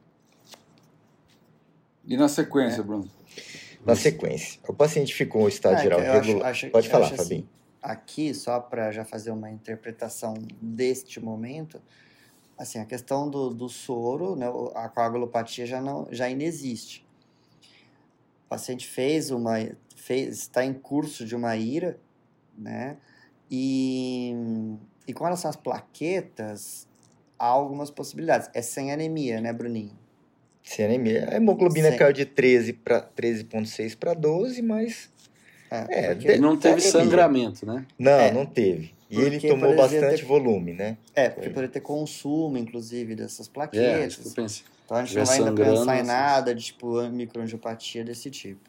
E na sequência, É. Bruno? Na sequência, o paciente ficou em estado Ah, geral eu acho- regular. acho- Pode eu falar, acho Fabinho. assim, aqui, só para já fazer uma interpretação deste momento, assim, a questão do, do soro, né, o- a coagulopatia já não já inexiste. O paciente fez uma fez está em curso de uma ira, né? E e com relação às plaquetas, há algumas possibilidades. É sem anemia, né, Bruninho? Sem anemia. A hemoglobina Sim. caiu de treze para treze vírgula seis para doze, mas É, porque, E não teve anemia. sangramento, né? não, É, não teve. E porque ele tomou poderia bastante ter- volume, né? é, porque poderia ter consumo, inclusive, dessas É, isso plaquetas. que eu pensei. Então a gente tiver não vai ainda sangrando, pensar em assim. nada de tipo microangiopatia desse tipo.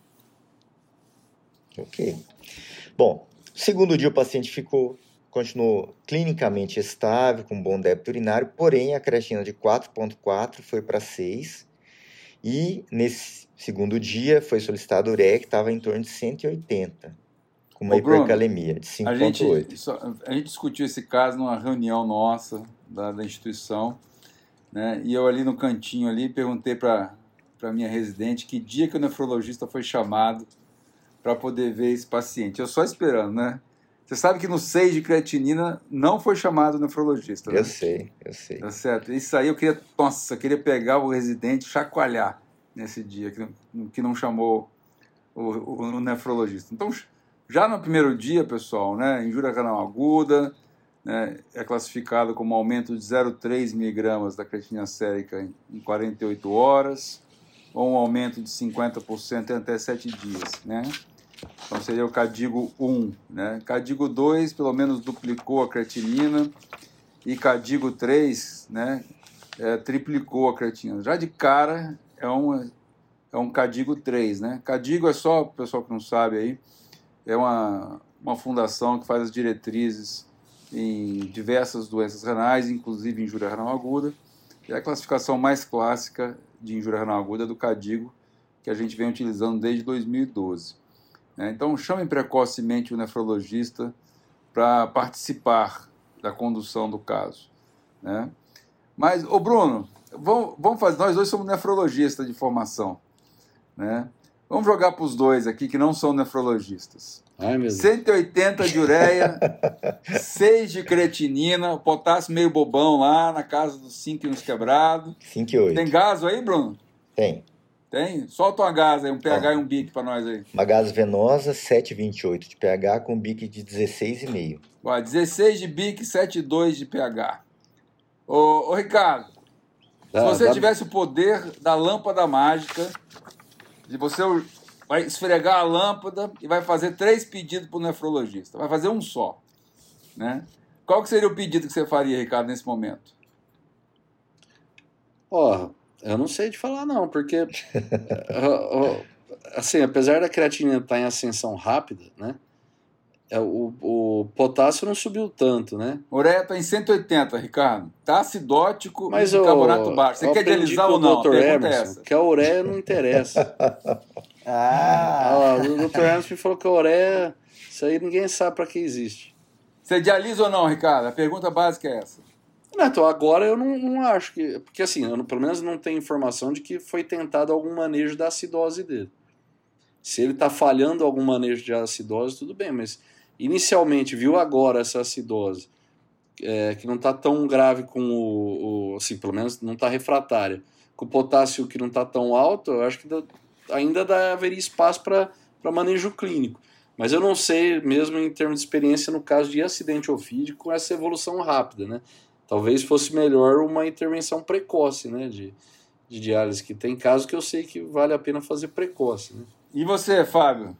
Ok. Bom, segundo dia o paciente ficou, continuou clinicamente estável, com bom débito urinário, porém a creatina de quatro vírgula quatro foi para seis. E nesse segundo dia foi solicitado ureia que estava em torno de cento e oitenta, com uma Ô, Bruno, hipercalemia de cinco A vírgula gente, oito. só- a gente discutiu esse caso numa reunião nossa da, da instituição, né? E eu ali no cantinho ali perguntei para para minha residente que dia que o nefrologista foi chamado para poder ver esse paciente. Eu só esperando, né? Você sabe que no seis de creatinina não foi chamado o nefrologista, né? Eu sei, eu sei. Tá certo. Isso aí eu queria, nossa, eu queria pegar o residente e chacoalhar nesse dia que não, que não chamou o, o, o nefrologista. Então, já no primeiro dia, pessoal, né, injúria renal aguda, né, é classificado como aumento de zero vírgula três miligramas da creatinina sérica em, em quarenta e oito horas, ou um aumento de cinquenta por cento em até sete dias, né? Então seria o Cadigo um, né? Cadigo dois pelo menos duplicou a creatinina e Cadigo três, né, é, triplicou a creatinina. Já de cara é um, é um Cadigo três, né? Cadigo é só, o pessoal que não sabe aí, é uma, uma fundação que faz as diretrizes em diversas doenças renais, inclusive injúria renal aguda. E a classificação mais clássica de injúria renal aguda é do Cadigo, que a gente vem utilizando desde dois mil e doze. Então, chamem precocemente o nefrologista para participar da condução do caso, né? Mas, ô Bruno, vamos, vamos fazer, nós dois somos nefrologistas de formação, né? Vamos jogar para os dois aqui que não são nefrologistas. Ai, meu Deus. cento e oitenta de ureia, seis de creatinina, potássio meio bobão lá, na casa dos cinco e uns quebrados. cinco e oito. Tem gaso aí, Bruno? Tem. Tem? Solta uma gás aí, um pH Ó. e um B I C para nós aí. Uma gás venosa, sete vírgula vinte e oito de pH, com B I C de dezesseis vírgula cinco. Ó, dezesseis de B I C, sete vírgula dois de pH. Ô, ô Ricardo, Dá- se você dá- tivesse o poder da lâmpada mágica, de você vai esfregar a lâmpada e vai fazer três pedidos para o nefrologista. Vai fazer um só, né? Qual que seria o pedido que você faria, Ricardo, nesse momento? Ó, eu não sei te falar não, porque ó, ó, assim, apesar da creatinina estar em ascensão rápida, né? é, o, o potássio não subiu tanto, né? Ureia está em cento e oitenta, Ricardo. Está acidótico Mas e o bicarbonato baixo. Você eu quer aprendi dializar com ou o não? A doutor pergunta é Emerson essa. que a ureia não interessa. Ah, Ah, o doutor Emerson me falou que a ureia, isso aí ninguém sabe para que existe. Você dialisa ou não, Ricardo? A pergunta básica é essa. Não, então agora eu não, não acho que... Porque assim, eu não- pelo menos não tenho informação de que foi tentado algum manejo da acidose dele. Se ele está falhando algum manejo de acidose, tudo bem, mas inicialmente viu agora essa acidose, é, que não está tão grave com o, o... Assim, pelo menos não está refratária. Com o potássio que não está tão alto, eu acho que dá, ainda dá, haveria espaço para manejo clínico. Mas eu não sei, mesmo em termos de experiência, no caso de acidente ofídico, com essa evolução rápida, né? Talvez fosse melhor uma intervenção precoce, né? De, de diálise que tem, caso que eu sei que vale a pena fazer precoce, né? E você, Fábio?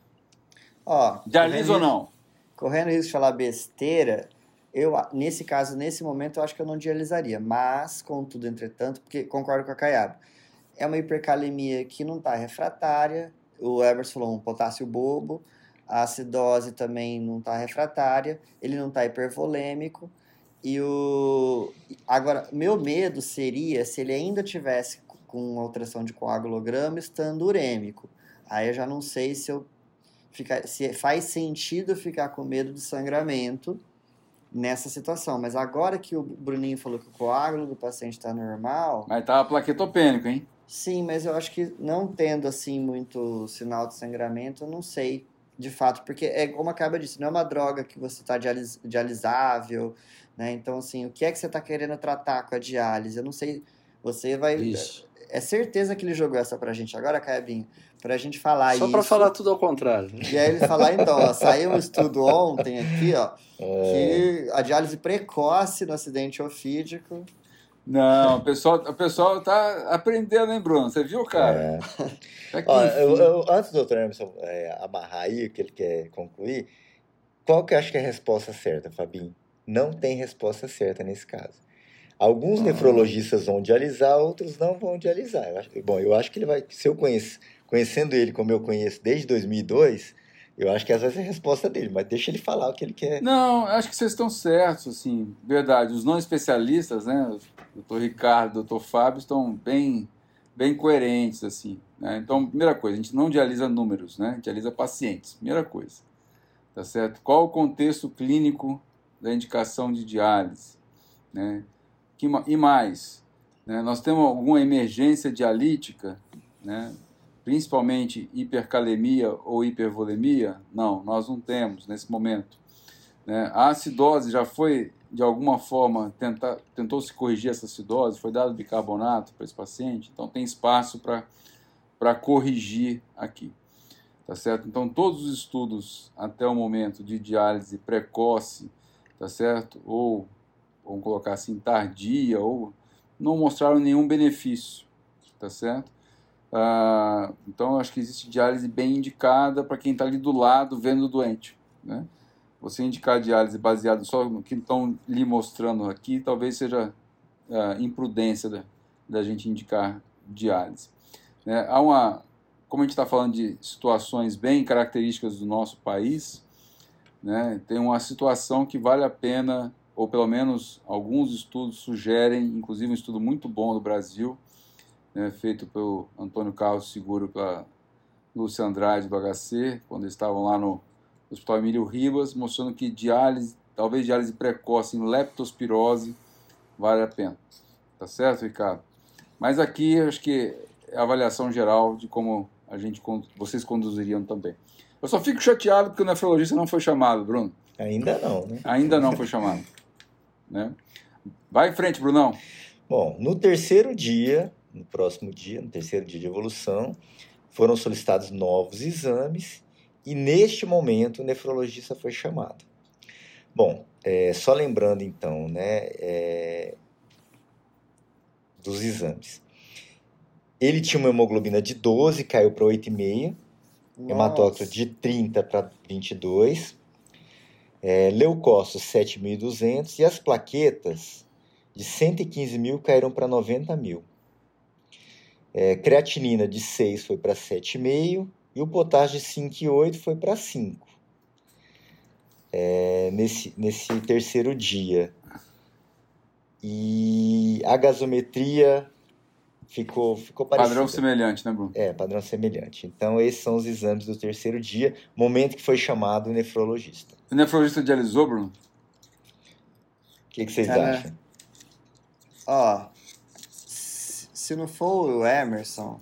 Ó, Dialisa ou não? Correndo risco de falar besteira, eu, nesse caso, nesse momento, eu acho que eu não dialisaria. Mas, contudo, entretanto, porque concordo com a Caiaba, é uma hipercalemia que não está refratária. O Emerson falou um potássio bobo. A acidose também não está refratária. Ele não está hipervolêmico. E o... Agora, meu medo seria se ele ainda tivesse com alteração de coagulograma estando urêmico. Aí eu já não sei se, eu fica... se faz sentido ficar com medo de sangramento nessa situação. Mas agora que o Bruninho falou que o coágulo do paciente está normal... Mas tava plaquetopênico, hein? Sim, mas eu acho que não tendo, assim, muito sinal de sangramento, eu não sei, de fato. Porque, é como acaba disso, não é uma droga que você está dialis- dialisável, né? Então, assim, o que é que você está querendo tratar com a diálise? Eu não sei, você vai... Isso. É certeza que ele jogou essa pra gente agora, Caebinho, pra gente falar Só isso. para falar tudo ao contrário. Né? E aí ele falar, então, ó, saiu um estudo ontem aqui, ó, que a diálise precoce no acidente ofídico... Não, o pessoal, o pessoal tá aprendendo, hein, Bruno? Você viu, cara? É. É que, Ó, enfim. eu, eu, antes do doutor Emerson é, amarrar aí o que ele quer concluir, qual que eu acho que é a resposta certa, Fabinho? Não tem resposta certa nesse caso. Alguns Ah. nefrologistas vão dialisar, outros não vão dialisar. Eu acho, bom, eu acho que ele vai, se eu conheço, conhecendo ele como eu conheço desde dois mil e dois, eu acho que essa vai ser a resposta dele, mas deixa ele falar o que ele quer. Não, acho que vocês estão certos, assim, verdade. Os não especialistas, né, o doutor Ricardo, o doutor Fábio, estão bem, bem coerentes, assim, né? Então, primeira coisa, a gente não dialisa números, né? A gente dialisa pacientes, primeira coisa, tá certo? Qual o contexto clínico da indicação de diálise, né? Que, e mais, né? Nós temos alguma emergência dialítica, né? Principalmente hipercalemia ou hipervolemia? Não, nós não temos nesse momento. Né? A acidose já foi, de alguma forma, tenta, tentou se corrigir essa acidose, foi dado bicarbonato para esse paciente, então tem espaço para corrigir aqui. Tá certo? Então, todos os estudos até o momento de diálise precoce, tá certo? Ou, vamos colocar assim, tardia, ou não mostraram nenhum benefício, tá certo? Ah, então, eu acho que existe diálise bem indicada para quem está ali do lado vendo o doente, né? Você indicar a diálise baseado só no que estão lhe mostrando aqui, talvez seja ah, imprudência da, da gente indicar diálise. Né? Há uma, como a gente está falando de situações bem características do nosso país, né? Tem uma situação que vale a pena, ou pelo menos alguns estudos sugerem, inclusive um estudo muito bom do Brasil, né, feito pelo Antônio Carlos Seguro, pela Lúcia Andrade do H C, quando eles estavam lá no Hospital Emílio Ribas, mostrando que diálise, talvez diálise precoce em leptospirose, vale a pena. Tá certo, Ricardo? Mas aqui, acho que é a avaliação geral de como a gente, vocês conduziriam também. Eu só fico chateado porque o nefrologista não foi chamado, Bruno. Ainda não, né? Ainda não foi chamado. Né? Vai em frente, Brunão. Bom, no terceiro dia... No próximo dia, no terceiro dia de evolução, foram solicitados novos exames e, neste momento, o nefrologista foi chamado. Bom, é, só lembrando, então, né, é, dos exames. Ele tinha uma hemoglobina de doze, caiu para oito vírgula cinco, hematócrito de trinta para vinte e dois, é, leucócitos sete mil e duzentos e as plaquetas de cento e quinze mil caíram para noventa mil. É, creatinina de seis foi para sete vírgula cinco e o potássio de cinco vírgula oito foi para cinco. É, nesse, nesse terceiro dia. E a gasometria ficou, ficou parecida. Padrão semelhante, né, Bruno? É, padrão semelhante. Então, esses são os exames do terceiro dia, momento que foi chamado o nefrologista. O nefrologista dialisou, Bruno? O que, que vocês Cara, acham? Ó, se não for o Emerson,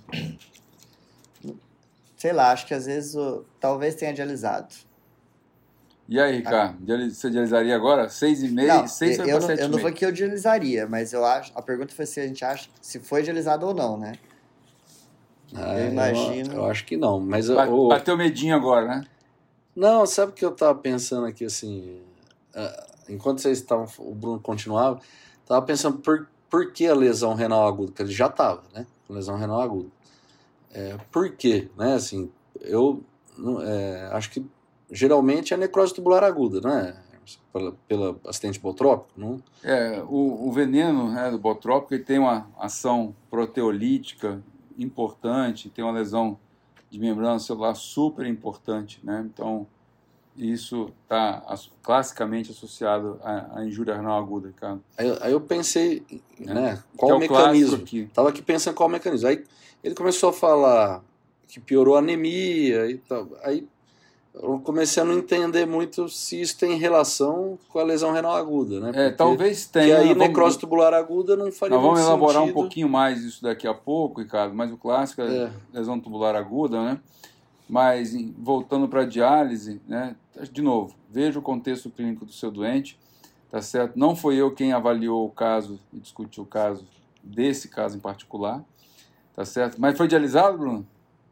sei lá, acho que às vezes o, talvez tenha dialisado. E aí, Ricardo, diali- você dialisaria agora? seis vírgula Não, cinco, seis eu, foi eu para não, eu não vou sete vírgula cinco. que eu dialisaria, mas eu acho, a pergunta foi se a gente acha se foi dialisado ou não, né? Ah, Eu imagino. Eu, eu acho que não, mas... Ba- o- Bateu medinho agora, né? Não, sabe o que eu tava pensando aqui, assim... ah, enquanto vocês estavam... O Bruno continuava, tava pensando por, por que a lesão renal aguda? Porque ele já tava, né? com lesão renal aguda. É, por quê? Né? Assim, eu é, acho que geralmente é necrose tubular aguda, não é? Pela, pela acidente botrópico, não? É, o, o veneno, né, do botrópico, ele tem uma ação proteolítica importante, tem uma lesão de membrana celular super importante, né? Então, isso está classicamente associado à, à injúria renal aguda, Ricardo. Aí, aí eu pensei, É. né, qual Que é o o mecanismo? clássico aqui. Tava aqui pensando qual o mecanismo. Aí ele começou a falar que piorou a anemia e tal. Aí eu comecei a não entender muito se isso tem relação com a lesão renal aguda, né? É, Porque, talvez tenha. que aí Nós vamos- necrose tubular aguda não faria Nós vamos muito elaborar um sentido. pouquinho mais isso daqui a pouco, Ricardo, mas o clássico é, É. lesão tubular aguda, né? Mas, em- voltando para a diálise, né? De novo, veja o contexto clínico do seu doente, tá certo? Não foi eu quem avaliou o caso e discutiu o caso, desse caso em particular, tá certo? Mas foi dialisado, Bruno?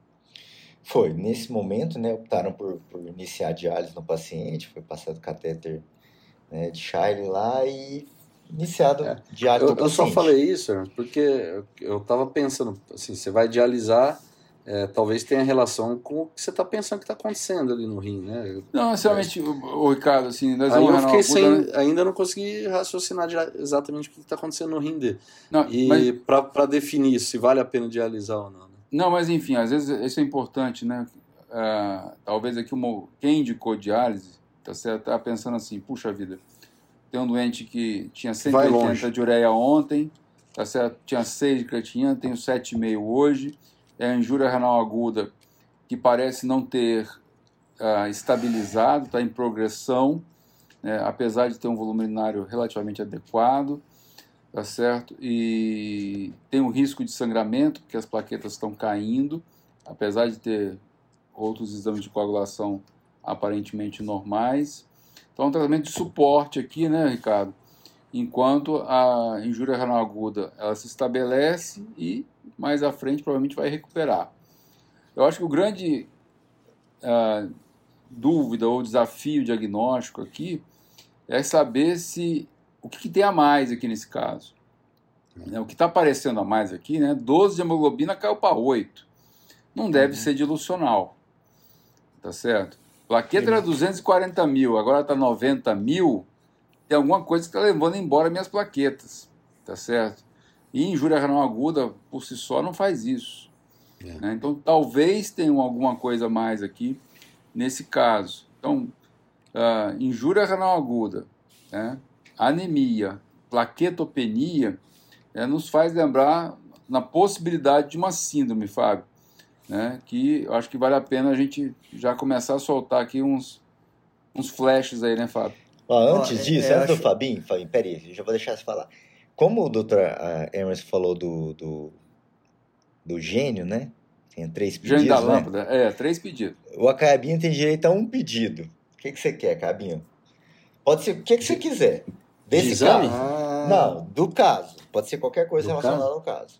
Foi, nesse momento, né, optaram por, por iniciar a diálise no paciente, foi passado catéter, né, de Shiley lá e iniciado É. diálise Eu, no eu só paciente. falei isso Ernest, porque eu, eu tava pensando, assim, você vai dialisar, é, talvez tenha relação com o que você está pensando que está acontecendo ali no rim, né? Não, necessariamente, o, o Ricardo, assim, Aí lesão eu renal fiquei aguda, sem, né? ainda não consegui raciocinar dia- exatamente o que está acontecendo no rim dele. Não, E mas, para definir se vale a pena dialisar ou não. Né? não, mas enfim, às vezes isso é importante, né? Ah, talvez aqui uma, quem indicou diálise, tá certo? Tá pensando assim, puxa vida, tem um doente que tinha cento e Vai oitenta longe. de ureia ontem, tá certo? Tinha seis de creatinina, tenho sete vírgula cinco hoje, é a injúria renal aguda que parece não ter ah, estabilizado, está em progressão, né? Apesar de ter um volume urinário relativamente adequado, tá certo? E tem um risco de sangramento, porque as plaquetas estão caindo, apesar de ter outros exames de coagulação aparentemente normais. Então, é um tratamento de suporte aqui, né, Ricardo? Enquanto a injúria renal aguda, ela se estabelece e mais à frente provavelmente vai recuperar. Eu acho que o grande ah, dúvida ou desafio diagnóstico aqui é saber se o que, que tem a mais aqui nesse caso. Né, o que está aparecendo a mais aqui, né? doze de hemoglobina caiu para oito. Não deve Uhum. ser dilucional. Tá certo? Plaqueta era duzentos e quarenta mil, agora está noventa mil. Tem alguma coisa que está levando embora minhas plaquetas. Tá certo? E injúria renal aguda, por si só, não faz isso. É. Né? Então, talvez tenha alguma coisa a mais aqui nesse caso. Então, uh, injúria renal aguda, né? Anemia, plaquetopenia, né? Nos faz lembrar na possibilidade de uma síndrome, Fábio. Né, que eu acho que vale a pena a gente já começar a soltar aqui uns, uns flashes aí, né, Fábio? Ó, antes Ó, é- disso, é, eu antes do acho- Fabinho, Fabinho, peraí, eu já vou deixar você falar. Como o doutor ah, Emerson falou do, do, do gênio, né? Tem três pedidos, Gênio da né? lâmpada, é, três pedidos. O Acabinho tem direito a um pedido. O que, que você quer, Cabinho? Pode ser o que, que você quiser. Desse De exame? caso. Ah, Não, do caso. Pode ser qualquer coisa Do relacionada ao caso.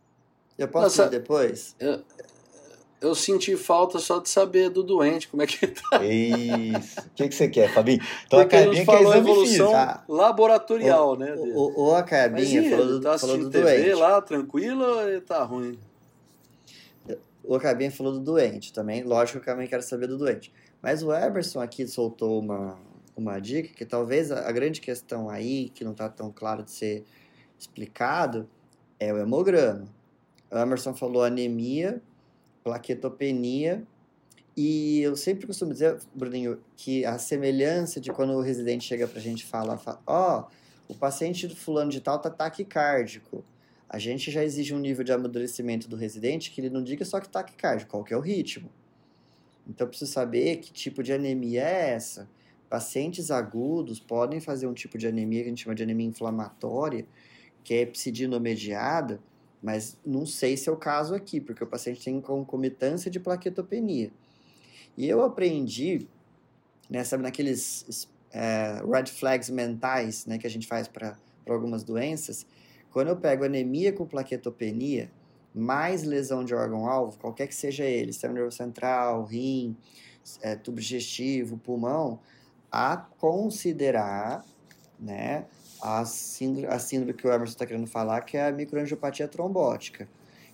Eu posso Nossa. ir depois? Eu, eu senti falta só de saber do doente, como é que tá. Isso. O que, que você quer, Fabinho? Então Porque a a gente Cabinho quer falou a exame evolução físico. Tá. laboratorial, né? O, dele. o, o Mas Acabinha e falou ele do, tá falou assistindo do T V doente. lá, tranquilo, ou ele tá ruim? O Acabinha falou do doente também. Lógico que eu também quero saber do doente. Mas o Emerson aqui soltou uma, uma dica que talvez a, a grande questão aí, que não está tão claro de ser explicado, é o hemograma. O Emerson falou anemia, plaquetopenia, e eu sempre costumo dizer, Bruninho, que a semelhança de quando o residente chega pra gente e fala, ó, oh, o paciente do fulano de tal tá taquicárdico. A gente já exige um nível de amadurecimento do residente que ele não diga só que taquicárdico, qual que é o ritmo. Então, eu preciso saber que tipo de anemia é essa. Pacientes agudos podem fazer um tipo de anemia que a gente chama de anemia inflamatória, que é epsidinomediada, mas não sei se é o caso aqui, porque o paciente tem concomitância de plaquetopenia. E eu aprendi, né, sabe, naqueles é, red flags mentais, né, que a gente faz para algumas doenças, quando eu pego anemia com plaquetopenia, mais lesão de órgão-alvo, qualquer que seja ele, sistema nervoso central, rim, é, tubo digestivo, pulmão, a considerar, né, a síndrome, a síndrome que o Emerson está querendo falar, que é a microangiopatia trombótica.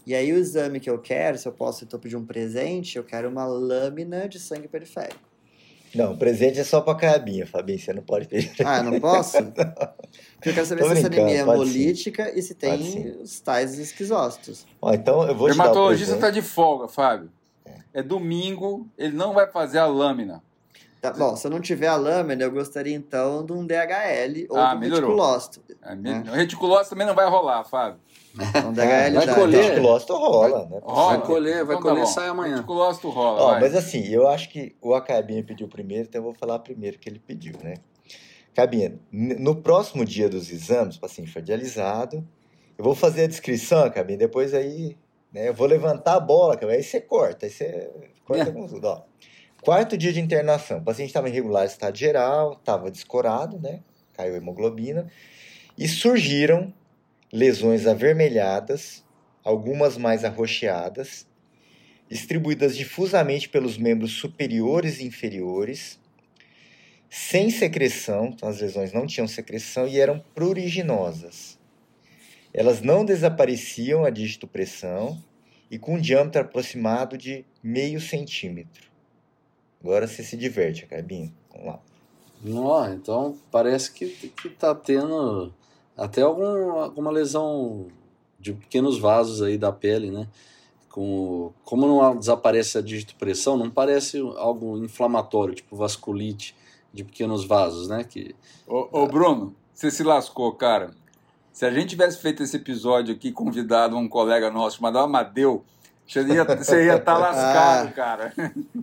E aí o exame que eu quero, se eu posso então pedir um presente, eu quero uma lâmina de sangue periférico. Não, presente é só pra Caiabinha, Fabinho, você não pode pedir. Ah, eu não posso? Porque eu quero saber Tô se essa brincando, anemia é pode hemolítica e se Pode tem sim. os tais esquizócitos. Ó, então eu O vou te dar o dermatologista presente. está de folga, Fábio. É domingo, ele não vai fazer a lâmina. Tá, bom, se eu não tiver a lâmina, eu gostaria então de um D H L ou Ah, de um melhorou. reticulócito. É, me- O reticulose também não vai rolar, Fábio. Um D H L vai dá. colher. Reticulócito rola, né? Rola. Vai colher, vai Então tá colher, bom. sai amanhã. Reticulose tu rola, Ó, vai. mas assim, eu acho que o Acabinha pediu primeiro, então eu vou falar primeiro que ele pediu, né? Cabinha, n- no próximo dia dos exames, o paciente foi dialisado, eu vou fazer a descrição, Cabinha, depois aí, né, eu vou levantar a bola, Cabinha, aí você corta, aí você corta É. com tudo, ó. Quarto dia de internação, o paciente estava em regular estado geral, estava descorado, né? Caiu a hemoglobina, e surgiram lesões avermelhadas, algumas mais arroxeadas, distribuídas difusamente pelos membros superiores e inferiores, sem secreção, então as lesões não tinham secreção e eram pruriginosas. Elas não desapareciam a dígito pressão e com um diâmetro aproximado de meio centímetro. Agora você se diverte, Carbinho. Vamos lá. Ó, então parece que, que tá tendo até algum, alguma lesão de pequenos vasos aí da pele, né? Com, como não desaparece a dígito pressão, não parece algo inflamatório, tipo vasculite de pequenos vasos, né? Que, Ô, ô, Bruno, você se lascou, cara. Se a gente tivesse feito esse episódio aqui, convidado um colega nosso chamado Amadeu, você ia você ia estar lascado, Ah. cara.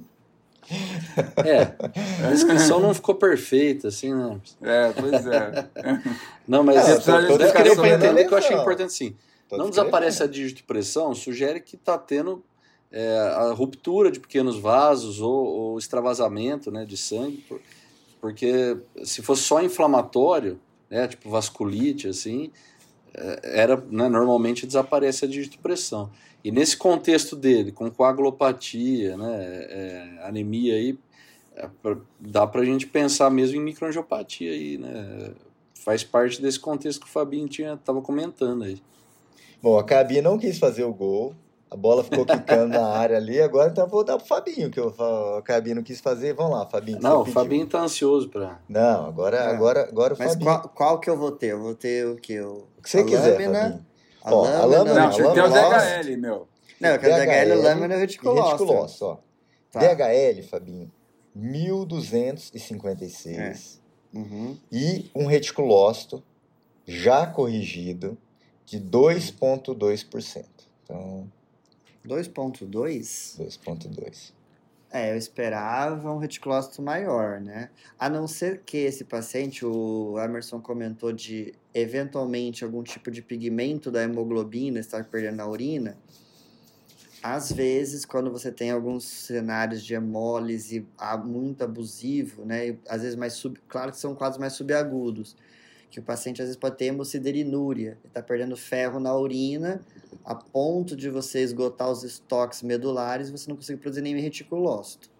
é, a descrição não ficou perfeita, assim, né? É, pois é. Não, mas Não, é, eu tô- tô deve querer pra descrevendo a entender que eu achei lesão. importante sim. Tô Não descrevendo. desaparece a dígito pressão, sugere que está tendo é, a ruptura de pequenos vasos ou, ou extravasamento, né, de sangue, por- porque se fosse só inflamatório, né, tipo vasculite, assim, é, era, né, normalmente desaparece a dígito pressão. E nesse contexto dele, com coagulopatia, né, é, anemia aí, é, pra- dá pra gente pensar mesmo em microangiopatia aí, né? Faz parte desse contexto que o Fabinho tinha, tava comentando aí. Bom, a Cabinha não quis fazer o gol. A bola ficou quicando na área ali. Agora então eu vou dar pro Fabinho, que eu, a Cabinha não quis fazer. Vamos lá, Fabinho. que Não, você o pediu. Fabinho tá ansioso pra... Não, agora, É. agora, agora o Mas Fabinho. qual, qual que eu vou ter? Eu vou ter o quê? O, O que você a quiser, lâmina, Fabinho. a Ó, a lâmina, lâmina Não, não, você a tem o lâmina- D H L, meu. Não, eu quero D H L, lâmina e e reticulócito. reticulócito, ó. Tá. D H L, Fabinho, mil duzentos e cinquenta e seis. Uhum. E um reticulócito já corrigido de dois vírgula dois por cento. Então, dois ponto dois? dois vírgula dois. É, eu esperava um reticulócito maior, né? A não ser que esse paciente, o Emerson comentou de, eventualmente, algum tipo de pigmento da hemoglobina estar perdendo na urina. Às vezes, quando você tem alguns cenários de hemólise ah, muito abusivo, né? E, às vezes mais sub... Claro que são quadros mais subagudos, que o paciente às vezes pode ter hemosiderinúria, ele está perdendo ferro na urina, a ponto de você esgotar os estoques medulares e você não conseguir produzir nem reticulócito.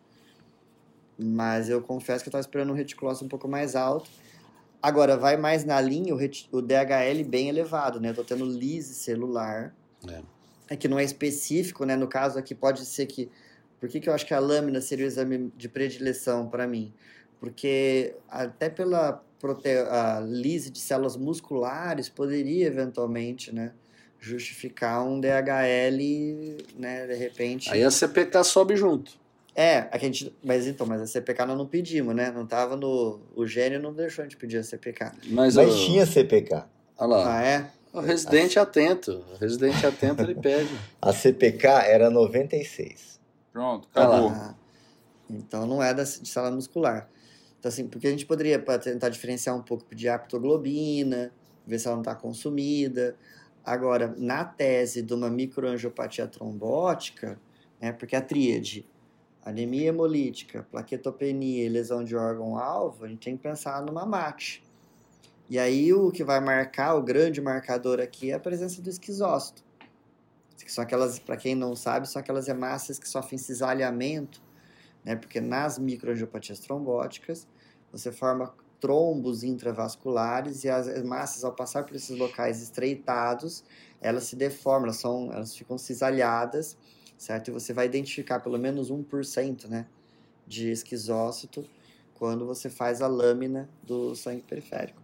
Mas eu confesso que eu estava esperando um reticulócito um pouco mais alto. Agora, vai mais na linha o, reti... o D H L bem elevado, né? Eu estou tendo lise celular. É. É que não é específico, né? No caso aqui pode ser que... Por que, que eu acho que a lâmina seria o exame de predileção para mim? Porque até pela prote... a lise de células musculares poderia eventualmente, né, justificar um D H L, né, de repente... Aí a C P K sobe junto. É, a gente... mas então, mas a C P K nós não pedimos, né? Não tava no... O gênio não deixou a gente pedir a C P K. Mas, Mas o- tinha C P K. Olha lá, Ah, é? o residente atento. O residente atento ele pede. A C P K era noventa e seis. Pronto, Olha lá. acabou. Ah, então não é da, de célula muscular. Então, assim, porque a gente poderia, para tentar diferenciar um pouco, pedir aptoglobina, ver se ela não está consumida. Agora, na tese de uma microangiopatia trombótica, né, porque a tríade, anemia hemolítica, plaquetopenia e lesão de órgão-alvo, a gente tem que pensar numa M A T. E aí o que vai marcar, o grande marcador aqui é a presença do esquizócito. Que são aquelas, para quem não sabe, são aquelas hemácias que sofrem cisalhamento, né? Porque nas microangiopatias trombóticas, você forma trombos intravasculares, e as massas, ao passar por esses locais estreitados, elas se deformam, elas, são, elas ficam cisalhadas, certo? E você vai identificar pelo menos um por cento, né, de esquizócito quando você faz a lâmina do sangue periférico.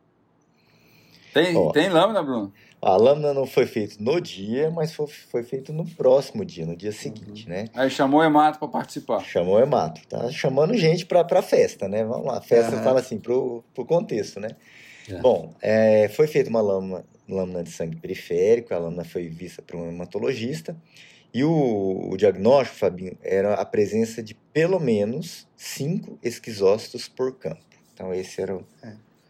Tem, Ó, tem lâmina, Bruno? a lâmina não foi feita no dia, mas foi, foi feito no próximo dia, no dia seguinte, né? Aí chamou o hemato para participar. Chamou o hemato, tá chamando gente pra, pra festa, né? Vamos lá, festa Aham. fala assim, pro, pro contexto, né? É. Bom, é, foi feita uma lâmina, lâmina de sangue periférico, a lâmina foi vista por um hematologista, e o, o diagnóstico, Fabinho, era a presença de pelo menos cinco esquizócitos por campo. Então esse era o, É.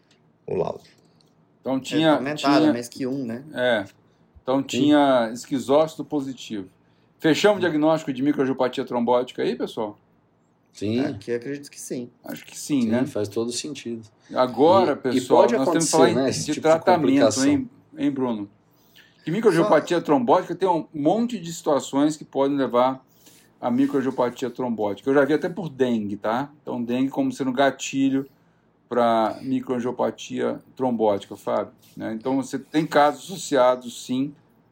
o laudo. Então É, tinha... aumentada, tinha mais que um, né? é, então tinha esquizócito positivo. Fechamos o diagnóstico de microangiopatia trombótica aí, pessoal? Sim, Aqui eu acredito que sim. Acho que sim, sim, né? faz todo sentido. Agora, E- e pessoal, pode nós temos que falar acontecer, em- né, de esse tipo de tratamento, complicação. hein, hein, Bruno? E microangiopatia trombótica tem um monte de situações que podem levar a microangiopatia trombótica. Eu já vi até por dengue, tá? Então, dengue como sendo gatilho para microangiopatia trombótica, Fábio. Né? Então, você tem casos associados, sim,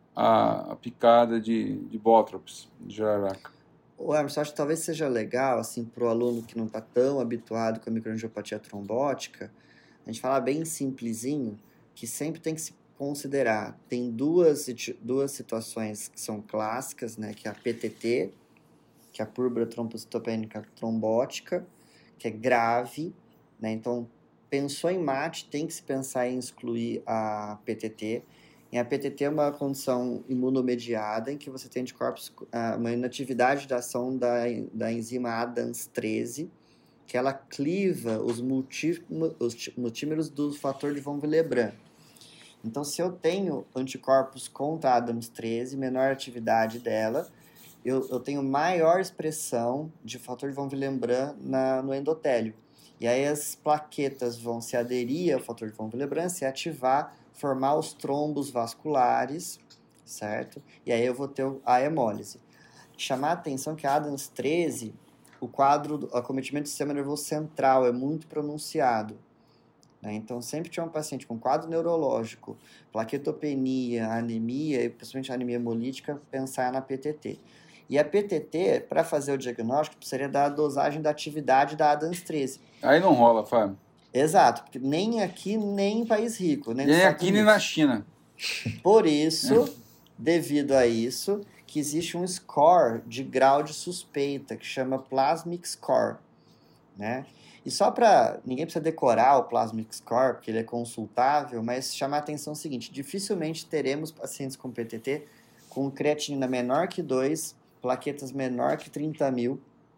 à, à picada de, de bótrops, de jararaca. O Emerson, acho que talvez seja legal, assim, para o aluno que não está tão habituado com a microangiopatia trombótica, a gente falar bem simplesinho, que sempre tem que se considerar. Tem duas, situ- duas situações que são clássicas, né? Que é a P T T, que é a púrpura trombocitopênica trombótica, que é grave, né? Então, pensou em M A T, tem que se pensar em excluir a P T T. E a P T T é uma condição imunomediada em que você tem anticorpos, ah, uma inatividade da ação da, da enzima A D A M S treze, que ela cliva os, multi, os multímeros do fator de von Willebrand. Então, se eu tenho anticorpos contra a A D A M S treze, menor atividade dela, eu, eu tenho maior expressão de fator de von Willebrand na, no endotélio. E aí as plaquetas vão se aderir ao fator de von Willebrand, se ativar, formar os trombos vasculares, certo? E aí eu vou ter a hemólise. Chamar a atenção que a A D A M S treze, o quadro do acometimento do sistema nervoso central é muito pronunciado. Né? Então, sempre tinha um paciente com quadro neurológico, plaquetopenia, anemia, e principalmente anemia hemolítica, pensar na P T T. E a P T T, para fazer o diagnóstico, precisaria da dosagem da atividade da A D A M S treze. Aí não rola, Fábio. Exato, porque nem aqui, nem em país rico. Nem Nem nos aqui, nem Estados na Unidos. China. Por isso, devido a isso, que existe um score de grau de suspeita, que chama Plasmic Score, né? E só para... Ninguém precisa decorar o Plasmic Score, porque ele é consultável, mas chamar a atenção é o seguinte, dificilmente teremos pacientes com P T T com creatinina menor que dois, plaquetas menor que trinta mil,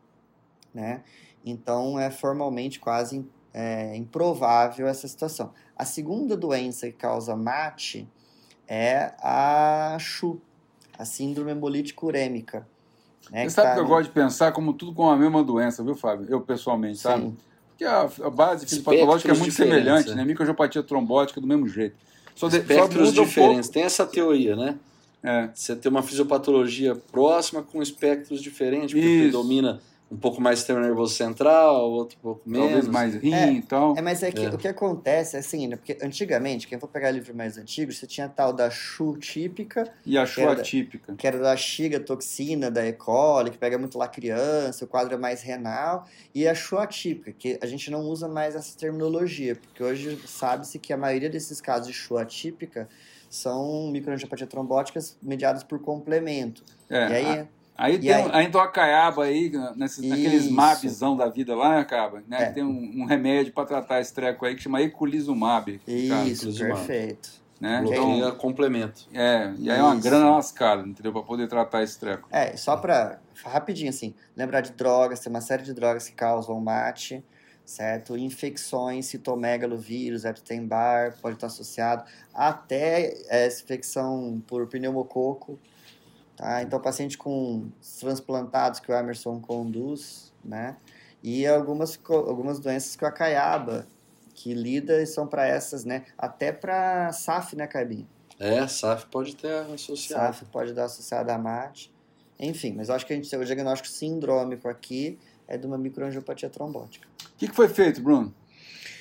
né? Então, é formalmente quase é, improvável essa situação. A segunda doença que causa M A T é a C H U, a síndrome hemolítica urêmica. Né, Você que sabe tá que eu no- gosto de pensar como tudo com a mesma doença, viu, Fábio? Eu, pessoalmente, sabe? Sim. Porque a, a base fisiopatológica é Espectros muito diferentes, semelhante, é. né? Microangiopatia trombótica do mesmo jeito. Só, de, só Espectros muda um diferentes. pouco. Tem essa teoria, né? É. Você tem uma fisiopatologia próxima com espectros diferentes, porque Isso. predomina um pouco mais sistema nervoso central, outro um pouco menos. Talvez mais rim É, e tal. É, mas é que É. o que acontece é assim, né? Porque antigamente, quem for pegar livro mais antigo, você tinha a tal da C H U típica, E a que era chuva da- típica. que era da xiga toxina, da E. coli, que pega muito lá criança, o quadro é mais renal, e a C H U atípica, que a gente não usa mais essa terminologia, porque hoje sabe-se que a maioria desses casos de C H U atípica são microangiopatia trombóticas mediadas por complemento. É, E aí, a- aí e tem aí? um, aí tem uma caiaba aí, nesses, naqueles Isso. mabzão da vida lá, né, Acaba? Né? É. Que tem um, um remédio para tratar esse treco aí que chama eculizumab. cara, isso, inclusivamente. perfeito. né? Bloqueia Então, complemento. é, e aí é uma Isso. grana lascada, entendeu? Para poder tratar esse treco. É, só para rapidinho assim, lembrar de drogas, tem uma série de drogas que causam M A T, certo? Infecções, citomegalovírus, Epstein-Barr, pode estar associado, até essa infecção por pneumococo, tá? Então, paciente com transplantados que o Emerson conduz, né? E algumas, co- algumas doenças com a caiaba, que lida e são para essas, né? Até para S A F, né, Caibinho? É, S A F pode ter associado. S A F pode dar associada a M A T. Enfim, mas eu acho que a gente tem o diagnóstico sindrômico aqui é de uma microangiopatia trombótica. O que, que foi feito, Bruno?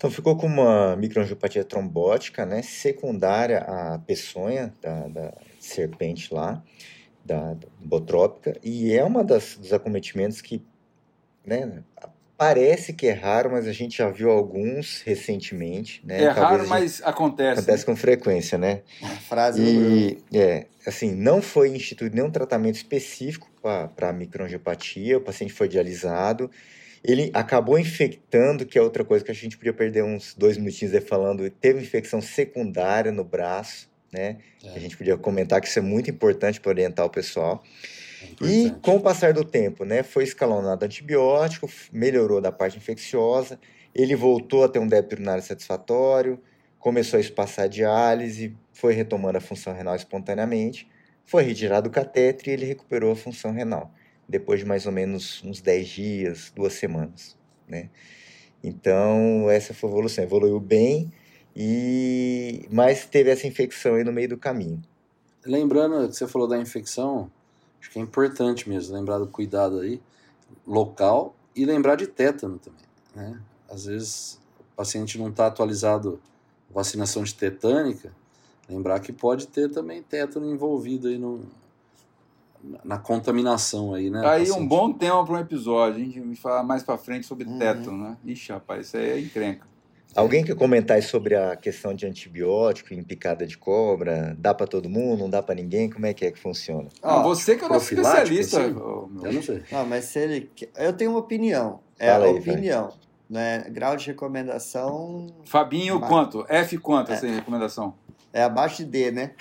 Então ficou com uma microangiopatia trombótica, né, secundária à peçonha da, da serpente lá, da, da botrópica, e é uma das, dos acometimentos que, né, parece que é raro, mas a gente já viu alguns recentemente, né? É Talvez raro, a gente- mas acontece. acontece com frequência, né? A frase do Bruno. E, é, assim, não foi instituído nenhum tratamento específico para microangiopatia, o paciente foi dialisado, ele acabou infectando, que é outra coisa que a gente podia perder uns dois minutinhos aí falando, teve infecção secundária no braço, né? É. A gente podia comentar que isso é muito importante para orientar o pessoal. É E importante. com o passar do tempo, né, foi escalonado antibiótico, f- melhorou da parte infecciosa, ele voltou a ter um débito urinário satisfatório, começou a espaçar a diálise, foi retomando a função renal espontaneamente, foi retirado o catéter e ele recuperou a função renal, depois de mais ou menos uns dez dias, duas semanas, né? Então, essa foi a evolução, evoluiu bem, e mas teve essa infecção aí no meio do caminho. Lembrando que você falou da infecção, acho que é importante mesmo lembrar do cuidado aí local e lembrar de tétano também, né? Às vezes o paciente não está atualizado a vacinação de tetânica, lembrar que pode ter também tétano envolvido aí no, na contaminação aí, né? Tá aí um paciente? bom tema para um episódio. A gente vai falar mais para frente sobre Uhum. tétano, né? Ixi, rapaz, isso aí é encrenca. Alguém quer comentar aí sobre a questão de antibiótico em picada de cobra? Dá para todo mundo? Não dá para ninguém? Como é que é que funciona? Ah, Ó, você que é o nosso profilático, especialista. assim? ô, meu. Eu não sei. Não, mas se ele. que- Eu tenho uma opinião. É Fala a aí, opinião. Né? Grau de recomendação Fabinho, Mas- quanto? F quanto, essa recomendação? é abaixo de D, né?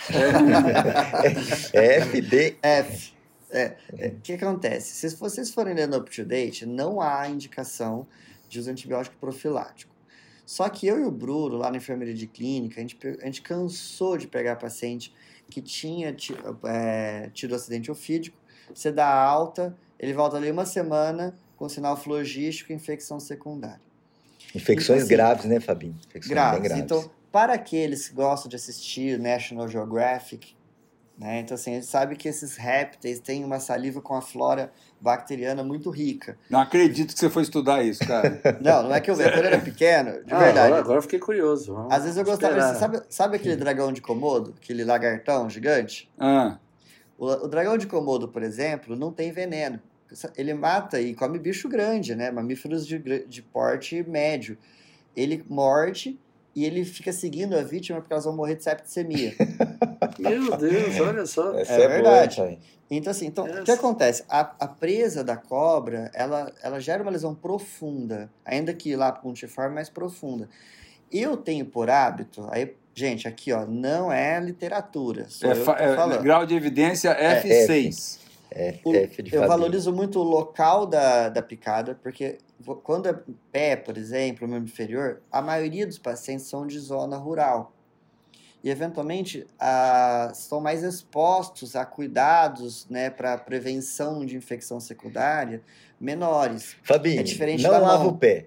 É F D. F. É, é, o que acontece? Se vocês forem ler no UpToDate, não há indicação de uso antibiótico profilático. Só que eu e o Bruno, lá na enfermeira de clínica, a gente, pe- a gente cansou de pegar paciente que tinha ti- é, tido acidente ofídico, você dá alta, ele volta ali uma semana com sinal flogístico e infecção secundária. Infecções Então, assim, graves, né, Fabinho? Infecções Graves. bem graves. Então, para aqueles que gostam de assistir National Geographic, né? Então, assim, a gente sabe que esses répteis têm uma saliva com a flora bacteriana muito rica. Não acredito que você foi estudar isso, cara. Não, não é que eu vi quando eu era pequeno, de Ah, verdade. Agora, agora eu fiquei curioso. Vamos Às vezes eu gostava, esperar. de, sabe, sabe aquele dragão de Komodo? Aquele lagartão gigante? Ah, O, o dragão de Komodo, por exemplo, não tem veneno. Ele mata e come bicho grande, né? Mamíferos de, gra- de porte médio. Ele morde e ele fica seguindo a vítima porque elas vão morrer de septicemia. Meu Deus, olha só. Essa É é, verdade. boa, hein? Então, assim, então, o que Essa- acontece? A, a presa da cobra, ela, ela gera uma lesão profunda, ainda que lá pontiforme, mais profunda. Eu tenho por hábito, aí, gente, aqui, ó, não é literatura, sou é, eu que fa- tô é, falando. grau de evidência F seis. F, O- F de eu Fabinho. valorizo muito o local da, da picada, porque vo- quando é pé, por exemplo, membro inferior, a maioria dos pacientes são de zona rural. E, eventualmente, a, estão mais expostos a cuidados, né, para prevenção de infecção secundária menores. Fabinho, É diferente não da lava mão. o pé.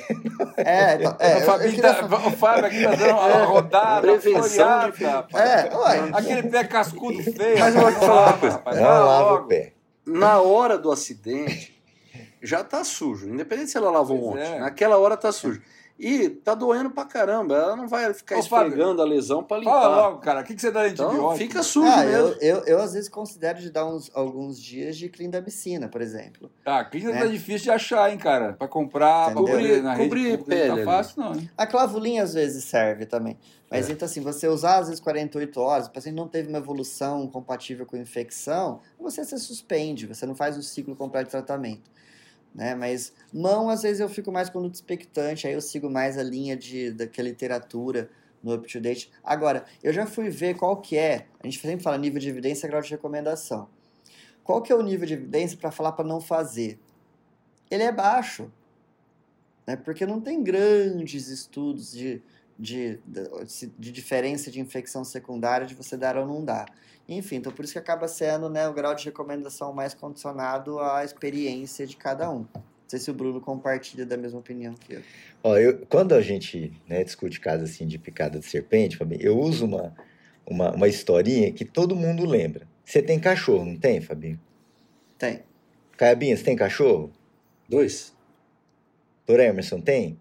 É, então, é, o, eu- eu Fabinho queria tá- fa- o Fábio aqui tá dando uma rodada, Prevenção floreada, de- rapaz. É, ué. Aquele pé cascudo feio. Mas eu vou te falar uma coisa. rapaz, Não vai lava logo. o pé. Na hora do acidente, já tá sujo. Independente se ela lavou Pois ontem. é. Naquela hora tá sujo. E tá doendo pra caramba. Ela não vai ficar Ô, Fábio, esfregando a lesão pra limpar. Fala logo, cara. O que, que você dá de Então antibiótico? fica sujo Ah, mesmo. eu, eu, eu às vezes considero de dar uns, alguns dias de clindamicina, por exemplo. Ah, clínica né? tá difícil de achar, hein, cara. Pra comprar, pra Entendeu? cobrir na rede Cobrir pública, não pele tá ali. fácil, não. Hein? A clavulinha às vezes serve também. Mas É. então, assim, você usar às vezes quarenta e oito horas, o paciente não teve uma evolução compatível com infecção, você se suspende, você não faz o ciclo completo de tratamento. Né? Mas mão, às vezes eu fico mais conduto expectante, aí eu sigo mais a linha de, daquela literatura no UpToDate. Agora, eu já fui ver qual que é, a gente sempre fala nível de evidência e grau de recomendação. Qual que é o nível de evidência para falar para não fazer? Ele é baixo, né? Porque não tem grandes estudos de, de, de, de diferença de infecção secundária de você dar ou não dar. Enfim, então por isso que acaba sendo, né, o grau de recomendação mais condicionado à experiência de cada um. Não sei se o Bruno compartilha da mesma opinião que eu. Ó, eu, quando a gente, né, discute casos assim de picada de serpente, Fabinho, eu uso uma, uma, uma historinha que todo mundo lembra. Você tem cachorro, não tem, Fabinho? Tem. Caiabinha, você tem cachorro? Dois. Doutor Emerson, tem?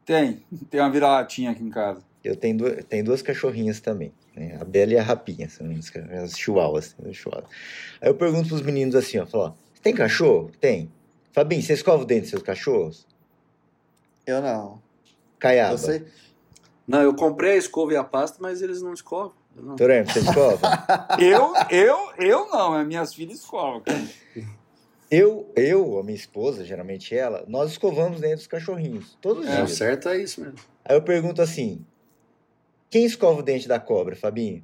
Tem, tem uma vira-latinha aqui em casa. Eu tenho duas, tenho duas cachorrinhas também, né? A Bela e a Rapinha, são as chihuahuas, as chihuahuas. Aí eu pergunto pros meninos assim, ó, falo, ó, tem cachorro? Tem. Fabinho, você escova o dente dos seus cachorros? Eu não. Caiaba? Eu sei. Não, eu comprei a escova e a pasta, mas eles não escovam. Não. Torém, você escova? eu, eu, eu não, as minhas filhas escovam. Eu, eu, a minha esposa, geralmente ela, nós escovamos dentro dos cachorrinhos, todos os É, o dias. certo é isso mesmo. Aí eu pergunto assim, quem escova o dente da cobra, Fabinho?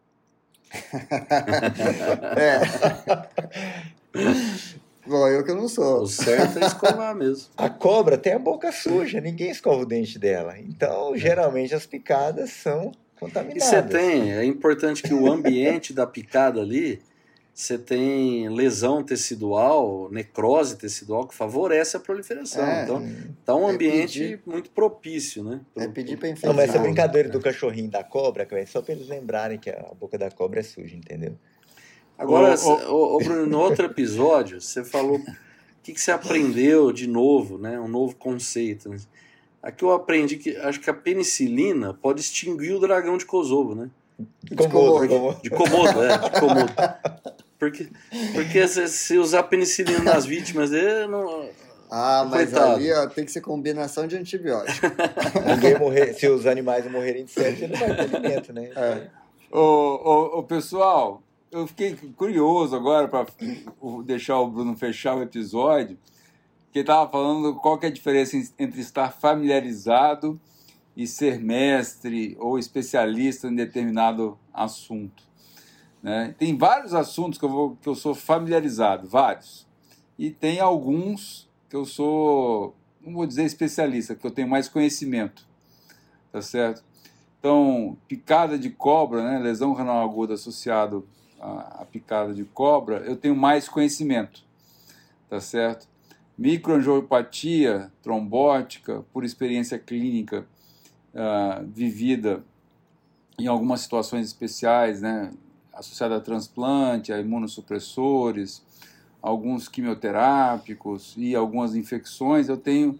É. Bom, eu que eu não sou. O certo é escovar mesmo. A cobra tem a boca suja, ninguém escova o dente dela. Então, geralmente, as picadas são E contaminadas. você tem, é importante que o ambiente da picada ali, você tem lesão tecidual, necrose tecidual, que favorece a proliferação. É, então, tá um é ambiente pedir- muito propício, né? É pedir pra Não, infectar. mas essa brincadeira do cachorrinho da cobra, é só pra eles lembrarem que a boca da cobra é suja, entendeu? Agora, Ô, ô- ô, ô, Bruno, no outro episódio, você falou o que, que você aprendeu de novo, né? Um novo conceito. Né? Aqui eu aprendi que acho que a penicilina pode extinguir o dragão de Kosovo, né? Komodo, Komodo. Komodo. De Komodo, é, de Komodo. Porque, porque se, se usar penicilina nas vítimas, ele não... Ah, mas Coitado. ali ó, tem que ser combinação de antibiótico. Ninguém morrer, se os animais não morrerem de sede, ele não vai ter alimento, né? É. Ô, ô, ô, pessoal, eu fiquei curioso agora para deixar o Bruno fechar o episódio, que ele estava falando qual que é a diferença entre estar familiarizado e ser mestre ou especialista em determinado assunto. Né? Tem vários assuntos que eu, vou, que eu sou familiarizado, vários. E tem alguns que eu sou, não vou dizer especialista, que eu tenho mais conhecimento. Tá certo? Então, picada de cobra, né? Lesão renal aguda associado à, à picada de cobra, eu tenho mais conhecimento. Tá certo? Microangiopatia trombótica, por experiência clínica uh, vivida em algumas situações especiais, né? Associada a transplante, a imunossupressores, alguns quimioterápicos e algumas infecções, eu tenho,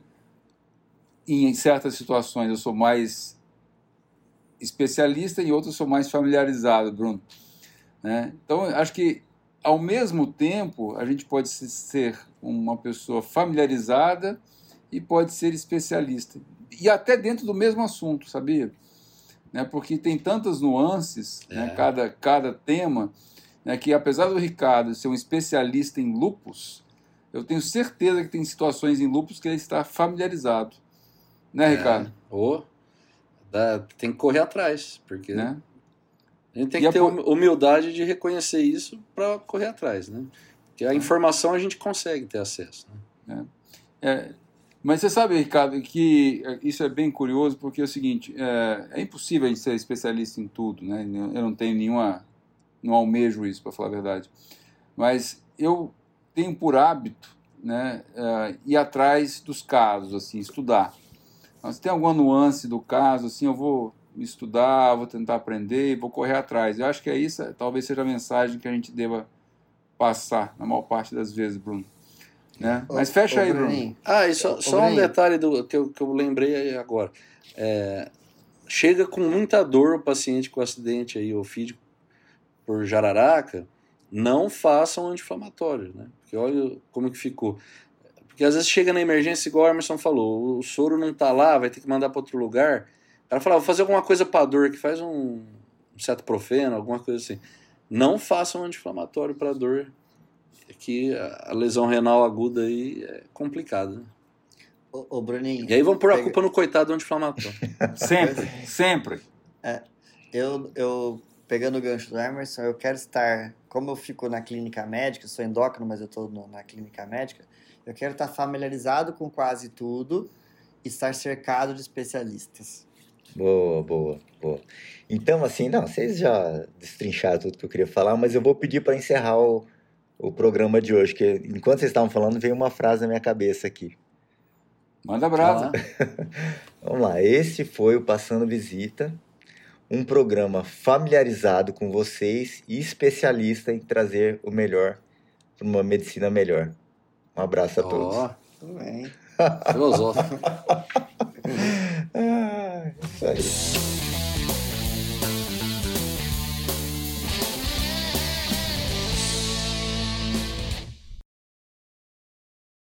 em certas situações, eu sou mais especialista e em outras sou mais familiarizado, Bruno. Né? Então, acho que, ao mesmo tempo, a gente pode ser uma pessoa familiarizada e pode ser especialista. E até dentro do mesmo assunto, sabia? Né? Porque tem tantas nuances, é. né? cada, cada tema... É que apesar do Ricardo ser um especialista em lúpus, eu tenho certeza que tem situações em lúpus que ele está familiarizado. Né, Ricardo? É. Oh, dá, tem que correr atrás, porque né? a gente tem E que ter a... humildade de reconhecer isso para correr atrás, né? Porque a informação a gente consegue ter acesso. Né? É. É, mas você sabe, Ricardo, que isso é bem curioso, porque é o seguinte, é, é impossível a gente ser especialista em tudo, né? Eu não tenho nenhuma... não almejo isso, para falar a verdade. Mas eu tenho por hábito, né, uh, ir atrás dos casos, assim, estudar. Então, se tem alguma nuance do caso, assim, eu vou estudar, vou tentar aprender e vou correr atrás. Eu acho que é isso, talvez seja a mensagem que a gente deva passar, na maior parte das vezes, Bruno. Né? Mas Ô, fecha ô, aí, Bruninho. Bruno. Ah, e só, Ô, só um Bruninho. detalhe do, que, eu, que eu lembrei agora. É, chega com muita dor o paciente com acidente aí, ofídico, por jararaca, não façam anti-inflamatório, né? Porque olha como que ficou. Porque às vezes chega na emergência, igual o Emerson falou, o soro não tá lá, vai ter que mandar para outro lugar. O cara fala, vou fazer alguma coisa para dor, que faz um, um cetoprofeno, alguma coisa assim. Não façam anti-inflamatório para dor, que a, a lesão renal aguda aí é complicada. Né? Ô, ô, Bruninho. E aí vão pôr a pega- culpa no coitado do anti-inflamatório. Sempre, sempre. Eu, eu, pegando o gancho do Emerson, eu quero estar, como eu fico na clínica médica, eu sou endócrino, mas eu estou na clínica médica, eu quero estar familiarizado com quase tudo e estar cercado de especialistas. Boa, boa, boa. Então, assim, não, vocês já destrincharam tudo que eu queria falar, mas eu vou pedir para encerrar o, o programa de hoje, que enquanto vocês estavam falando, veio uma frase na minha cabeça aqui. Manda brasa. Vamos lá, esse foi o Passando Visita, um programa familiarizado com vocês e especialista em trazer o melhor para uma medicina melhor. Um abraço a todos. Ó, Tudo bem. filosófico. Ah, isso aí.